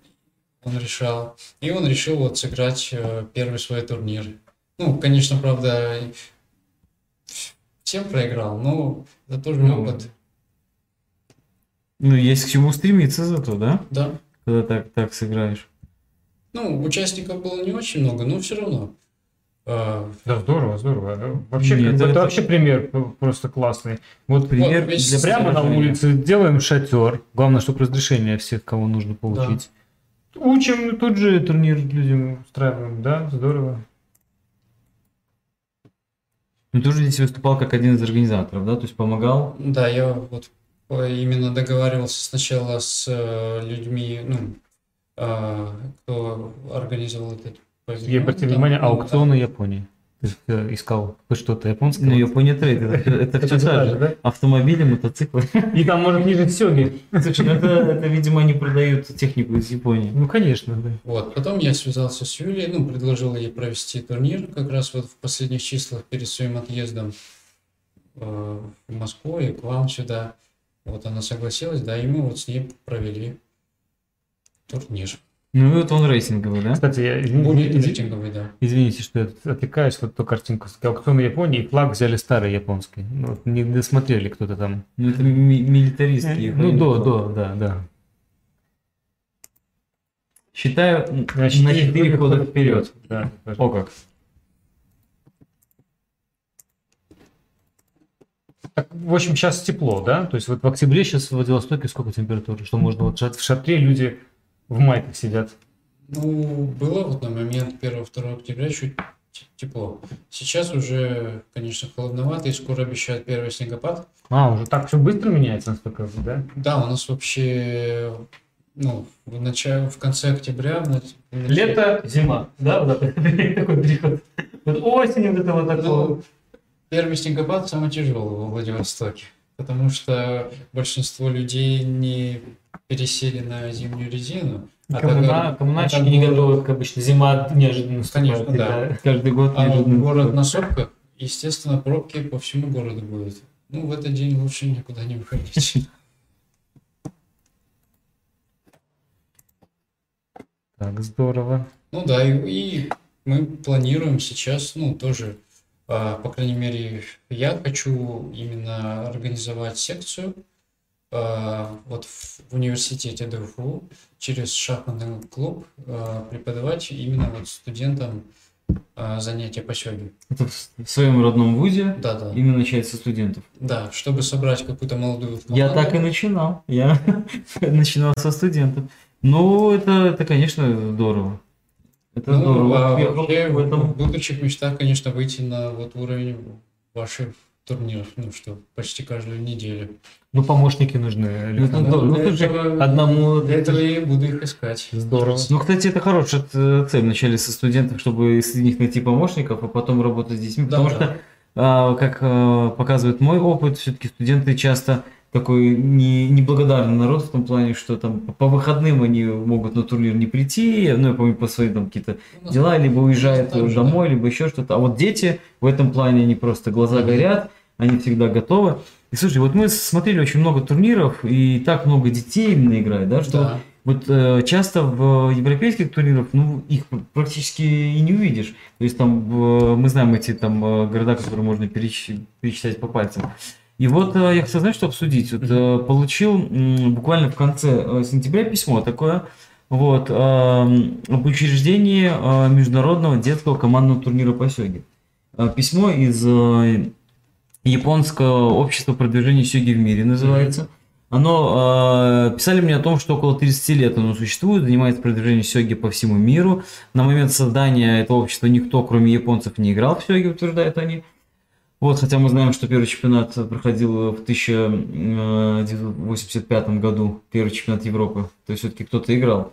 он решал. И он решил вот сыграть э, первый свой турнир. Ну, конечно, правда, всем проиграл, но это тоже Ну, опыт. Ну, есть к чему стремиться зато, да? Да. Когда так, так сыграешь. Ну, участников было не очень много, но все равно. А, Да, здорово, здорово. Вообще, Нет, как бы, это, это- вообще пример п- просто классный. Вот Пример Вот весь для прямо на подражания. улице делаем шатер. Главное, чтобы разрешение всех, кого нужно получить. Учим, тут же турнир людям устраиваем, да, здорово. Ну, ты уже здесь выступал как один из организаторов, да? То есть помогал? Да, я вот э, именно договаривался сначала с э, людьми, ну, а, кто организовал этот павильон. Я обратил там, внимание, ну, аукционы Японии. Ты э, искал хоть что-то японское? Ну, Япония трейд, это, это все Это та та же. же, да? Автомобили, мотоциклы. И там, может, ниже сёги. Слушай, ну это, это, видимо, они продают технику из Японии. Ну, конечно, да. Вот, потом я связался с Юлией, ну, предложил ей провести турнир как раз вот в последних числах перед своим отъездом э, в Москву и к вам сюда. Вот она согласилась, да, и мы вот с ней провели турнир. Ну, и вот он рейсинговый, да? Кстати, я Будет извини- рейтинговый, да. извините, что я отвлекаюсь, вот ту картинку с аукциона Японии, и флаг взяли старый японский. Ну, вот не досмотрели кто-то там. Ну, это ми- милитаристский. Ну, военный да, флаг. да, да, да. Считаю н- на четыре четыре хода вперед. Да, О как. Так, в общем, сейчас тепло, да? То есть вот в октябре сейчас в Владивостоке сколько температуры? Что можно вот в шатре люди в майках сидят. Ну, было вот на момент первого-второго октября чуть т- тепло. Сейчас уже, конечно, холодновато, и скоро обещают первый снегопад. А, уже так все быстро меняется настолько, да? Да, у нас вообще, ну, в начале, в конце октября... в нач- в начале- Лето, зима, да? Вот это- такой переход. Вот осень вот это вот такого. Ну, первый снегопад самый тяжелый во Владивостоке, потому что большинство людей не пересели на зимнюю резину. а Коммуна- так- Коммунальщики а так не город- готовы, как обычно. Зима неожиданно наступает. Конечно, да. Каждый год А неожиданно. город на сопках, естественно, пробки по всему городу будут. Ну, в этот день лучше никуда не выходить. Так, здорово. Ну да, и, и мы планируем сейчас, ну, тоже, а, по крайней мере, я хочу именно организовать секцию э, вот в в университете ДФУ через шахматный клуб э, преподавать именно вот студентам э, занятия по сёге. Это в в своем родном вузе Да, да. именно начать со студентов. Да, чтобы собрать какую-то молодую Я команду. так и начинал. Я начинал со студентов. Ну, это, это, конечно, здорово. Это Ну, здорово. а Успехов вообще в этом. в будущих мечтах, конечно, выйти на вот уровень ваших турниров, ну что, почти каждую неделю. Ну, помощники нужны, Ну, это Александр. здорово. Ну, для слушай, этого- одному- Для этого я и буду их искать. Здорово. Ну, кстати, это хорошая э, цель. Вначале со студентов, чтобы среди них найти помощников, а потом работать с детьми. Да, Потому да. что, а, как а, показывает мой опыт, все-таки студенты часто такой не, неблагодарный народ в том плане, что там по выходным они могут на турнир не прийти, ну, я помню, по своим там какие-то дела, либо уезжают так же, домой, либо еще что-то. А вот дети в этом плане, они просто глаза горят, они всегда готовы. И слушай, вот мы смотрели очень много турниров, и так много детей именно играет, да, что Да. вот э, часто в европейских турнирах, ну, их практически и не увидишь. То есть там, в- мы знаем эти там э, города, которые можно переч- перечислять по пальцам. И вот э, я хотел, знаешь, что обсудить? Вот, э, получил м, буквально в конце э, сентября письмо такое, вот, э, об учреждении э, международного детского командного турнира по сёге. Э, Письмо из э, японского общества продвижения сёги в мире называется. Оно э, писали мне о том, что около тридцати лет оно существует, занимается продвижением сёги по всему миру. На момент создания этого общества никто, кроме японцев, не играл в сёги, утверждают они. Вот, хотя мы знаем, что первый чемпионат проходил в тысяча девятьсот восемьдесят пятом году, первый чемпионат Европы. То есть все-таки кто-то играл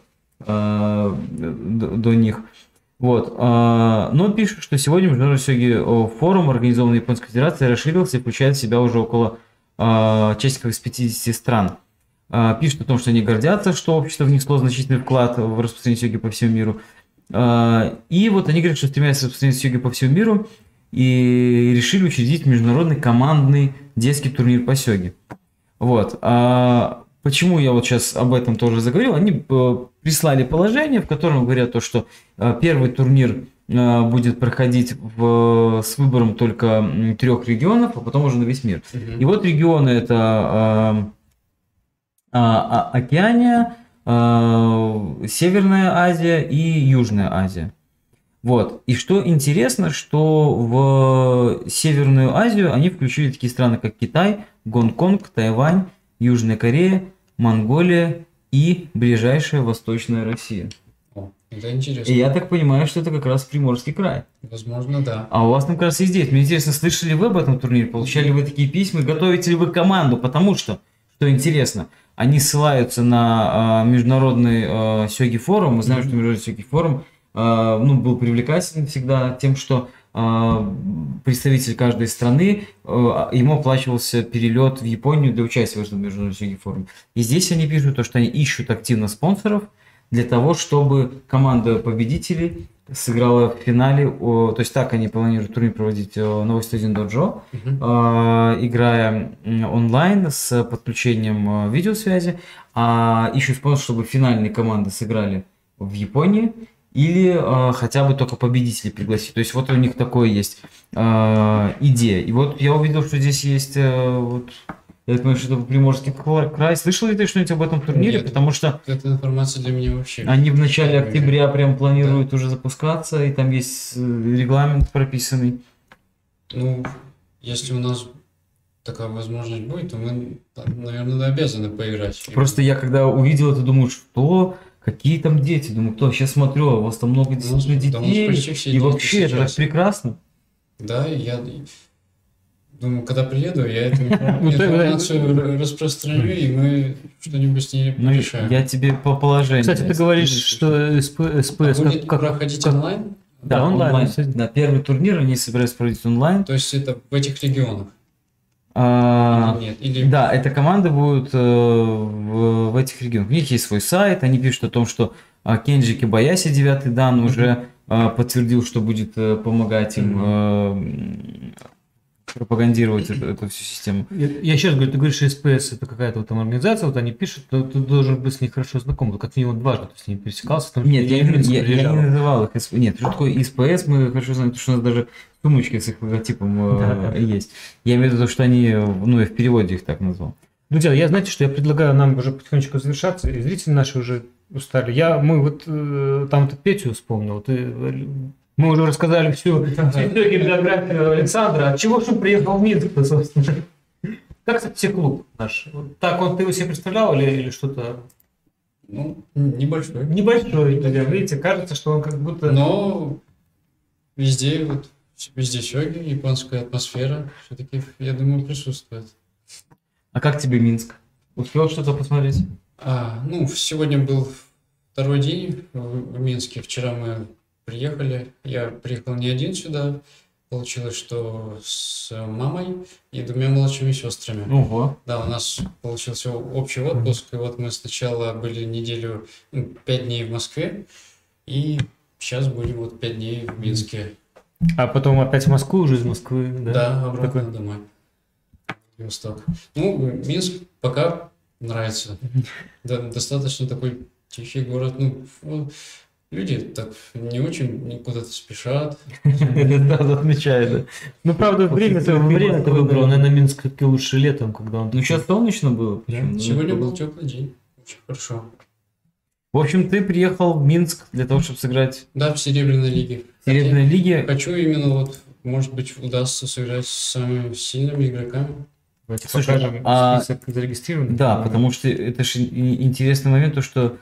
э, до, до них. Вот. э, но пишут, что сегодня Международный сёги форум, организованный Японской Федерацией, расширился и включает в себя уже около э, участников из пятидесяти стран. Э, пишут о том, что они гордятся, что общество внесло значительный вклад в распространение сёги по всему миру. Э, и вот они говорят, что стремятся распространять сёги по всему миру, и решили учредить международный командный детский турнир по сёге. Вот. А почему я вот сейчас об этом тоже заговорил? Они э, прислали положение, в котором говорят то, что э, первый турнир э, будет проходить в, с выбором только м, трех регионов, а потом уже на весь мир. Мгм. И вот регионы это э, а, а, Океания, э, Северная Азия и Южная Азия. Вот. И что интересно, что в Северную Азию они включили такие страны, как Китай, Гонконг, Тайвань, Южная Корея, Монголия и ближайшая Восточная Россия. О, это интересно. И я так понимаю, что это как раз Приморский край. Возможно, да. А у вас там как раз есть дети. Мне интересно, слышали вы об этом турнире? Получали вы такие письма? Готовите ли вы команду? Потому что, что интересно, они ссылаются на э, международный э, сёги форум. Мы знаем, Мгм. что международный сёги форум э, ну, был привлекателен всегда тем, что э, представитель каждой страны, э, ему оплачивался перелет в Японию для участия в этом международном сёги форуме. И здесь они пишут, то, что они ищут активно спонсоров для того, чтобы команда победителей сыграла в финале. о, то есть так они планируют турнир проводить о, на восемьдесят один доджо, Мгм. э, играя м, онлайн с подключением э, видеосвязи, а ищут спонсор, чтобы финальные команды сыграли в Японии или э, хотя бы только победителей пригласить. То есть вот у них такое есть э, идея. И вот я увидел, что здесь есть э, вот, я думаю, что это Приморский край. Слышал ли ты что-нибудь об этом турнире? Нет. Потому что Эта информация для меня вообще. они в начале октября прям планируют уже запускаться, и там есть э, регламент прописанный. Ну, если у нас такая возможность будет, то мы, наверное, обязаны поиграть. Просто я когда увидел это, думаю, что? Какие там дети? Думаю, кто? Сейчас смотрю, а у вас там много У нас- действительно да у нас детей. почти все И дети вообще, это так сейчас. прекрасно. Да, я думаю, когда приеду, я эту Ну, ты- информацию распространю, и мы что-нибудь с ней Ну, и решаем. я тебе по положению. Кстати, ты говоришь, что СП, СПС А будет как, как- проходить как- онлайн? Да, Да, онлайн, онлайн. кстати. Да, первый турнир они собираются проводить онлайн. То есть это в этих регионах? А, Или нет? Или... Да, эта команда будет э, в, в этих регионах. У них есть свой сайт, они пишут о том, что а, Кенджи Кибаяси, девятый дан, уже э, подтвердил, что будет э, помогать им э, м, пропагандировать эту, эту всю систему. Я, я еще раз говорю, ты говоришь, что СПС это какая-то вот там организация, вот они пишут, то ты должен быть с ней хорошо знаком, вот как минимум дважды ты с ними пересекался. Потому что Нет, я, в не- Минск я- я приезжал. не называл их. СП Нет, что такое ИСПС, мы хорошо знаем, потому что у нас даже сумочки с их логотипом э, Да, да. есть. Я имею в виду, что они, ну, я в переводе их так назвал. Друзья, я знаете, что я предлагаю нам уже потихонечку завершаться, и зрители наши уже устали. Я, мы вот э, там вот Петю вспомнил. Ты, э, мы уже рассказали всю итоги биографию Александра. От чего же он приехал в Минск-то, собственно? Как, кстати, клуб наш? Вот так вот ты его себе представлял или, или что-то Ну, небольшой. небольшой? Друзья, видите, кажется, что он как будто... Но везде вот, везде сёги, японская атмосфера все-таки, я думаю, присутствует. А как тебе Минск? Успел что-то посмотреть? А, ну, сегодня был второй день в в Минске. Вчера мы приехали. Я приехал не один сюда. Получилось, что с мамой и двумя младшими сестрами. Ого. Да, у нас получился общий отпуск. И вот мы сначала были неделю, ну, пять дней в Москве. И сейчас будем вот пять дней в Минске. А потом опять в Москву, уже из Москвы, да? Да, обратно Такой- домой. Восток. Ну, Минск пока нравится. Да, достаточно такой тихий город. Ну, фу, люди так не очень куда-то спешат. Это сразу отмечаю, да. Ну, правда, время ты время ты выбрал, наверное, Минск как и лучше летом, когда он... Ну, сейчас солнечно было. почему? Ну, Сегодня это был было. теплый день. Очень хорошо. В общем, ты приехал в Минск для того, чтобы сыграть Да, в Серебряной лиге. в Серебряной лиге. Хочу именно вот, может быть, удастся сыграть с самыми сильными игроками. Давайте Слушай, покажем а- список зарегистрированных. Да, потому что это же и- интересный момент, то что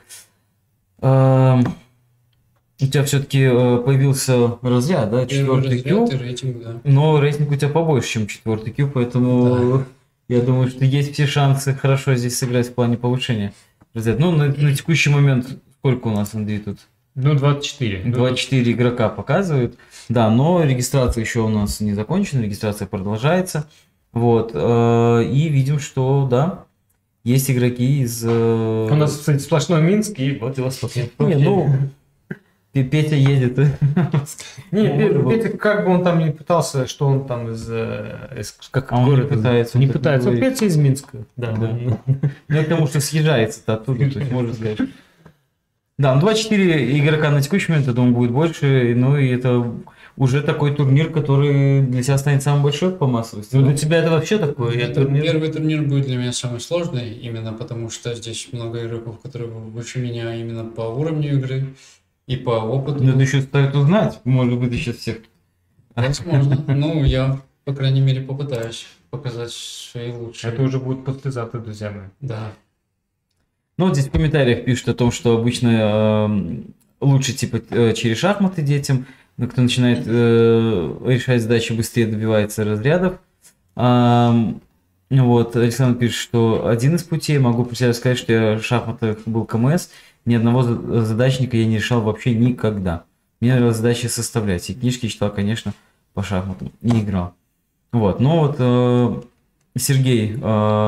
эм, у тебя все-таки появился разряд, да, Первый четвертый Q, разряд и рейтинг, да. но рейтинг у тебя побольше, чем четвертый Q, поэтому я думаю, что есть все шансы хорошо здесь сыграть в плане повышения разряда. Ну, на, на текущий момент сколько у нас, Андрей, тут? Ну, двадцать четыре. двадцать четыре игрока показывают, да, но регистрация еще у нас не закончена, регистрация продолжается, вот, э, и видим, что, да, есть игроки из... э, У нас, кстати, сплошной Минск и Владивосток. Не, ну, Пе- Петя едет. Не, Ну, Пе- Петя, как бы он там не пытался, что он там из, э, из как А он не город, пытается, не он так пытается. не Он говорит. Петя из Минска. Да, Да. он- Ну, потому что съезжается-то оттуда, то есть можно сказать. Да, ну двадцать четыре игрока на текущий момент, я думаю, будет больше, ну и это уже такой турнир, который для тебя станет самым большой по массовости. Ну, для тебя это вообще такое? Это турнир? первый турнир будет для меня самый сложный, именно потому что здесь много игроков, которые выше меня именно по уровню игры и по опыту. Надо еще стоит узнать, может быть, еще всех. Возможно. Ну, я, по крайней мере, попытаюсь показать свои лучшие. Это уже будет послезавтра, друзья мои. Да. Ну, вот здесь в комментариях пишут о том, что обычно э, лучше типа э, через шахматы детям, но кто начинает э, решать задачи, быстрее добивается разрядов. Ам, вот, Александр пишет, что один из путей, могу про себя сказать, что я в шахматах был КМС, ни одного за- задачника я не решал вообще никогда. Мне нравилось задачи составлять, и книжки читал, конечно, по шахматам, не играл. Вот, но вот э, Сергей э,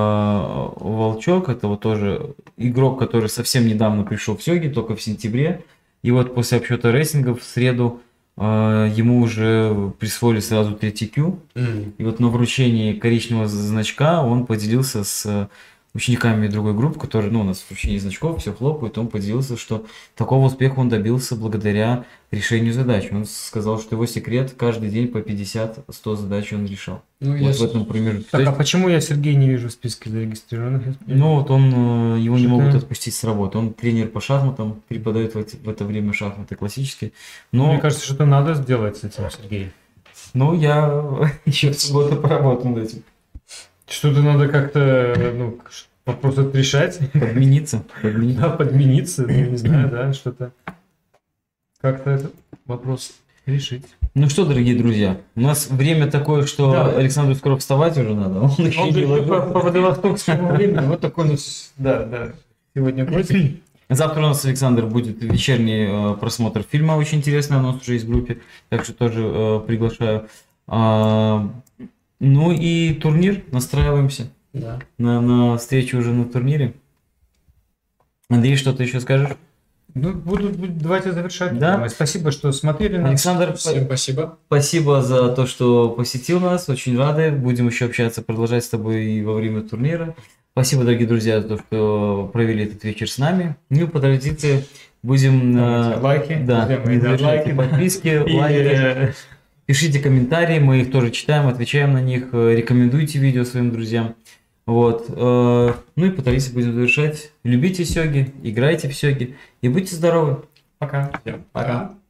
Волчок, это вот тоже игрок, который совсем недавно пришел в Сёги, только в сентябре. И вот после обсчета рейтингов в среду э, ему уже присвоили сразу третий Q. М. И вот на вручении коричневого значка он поделился с учениками другой группы, которые, ну, у нас в вручении значков все хлопают, он поделился, что такого успеха он добился благодаря решению задач. Он сказал, что его секрет каждый день по пятьдесят-сто задач он решал. Ну, я Вот с- в этом примере. То Так, а есть, почему я Сергея не вижу в списке зарегистрированных? ну вот он, э, его не Что-то- могут отпустить с работы. Он тренер по шахматам, преподает в, эти- в это время шахматы классические. Но, Мне кажется, что-то надо сделать с этим, Сергей. ну, я еще в субботу поработаю над этим. Что-то надо как-то, ну, вопрос этот решать. Подмениться. подмениться. Да, подмениться, ну, не знаю, да, что-то. Как-то этот вопрос решить. Ну что, дорогие друзья, у нас время такое, что Да. Александру скоро вставать уже надо. Он еще Он не же ложится. по, по Владивостокскому времени, вот такой у нас, да, да, сегодня гость. Завтра у нас, Александр, будет вечерний э, просмотр фильма, очень интересный анонс уже есть в группе, так что тоже э, приглашаю. А, ну и турнир, настраиваемся Да. на, на встречу уже на турнире. Андрей, что ты еще скажешь? Ну, буду, буду- давайте завершать. Да. Спасибо, что смотрели нас. Александр, Всем спасибо. спасибо за то, что посетил нас, очень рады. Будем еще общаться, продолжать с тобой и во время турнира. Спасибо, дорогие друзья, за то, что провели этот вечер с нами. Ну и по традиции будем... Ставьте э, лайки. Да, друзья мои, не да, забывайте лайки. подписки, И, лайки. э, Пишите комментарии, мы их тоже читаем, отвечаем на них. э, Рекомендуйте видео своим друзьям. Вот. э, Ну и по традиции будем завершать. Любите сёги, играйте в сёги и будьте здоровы. Пока. Всем Пока. пока.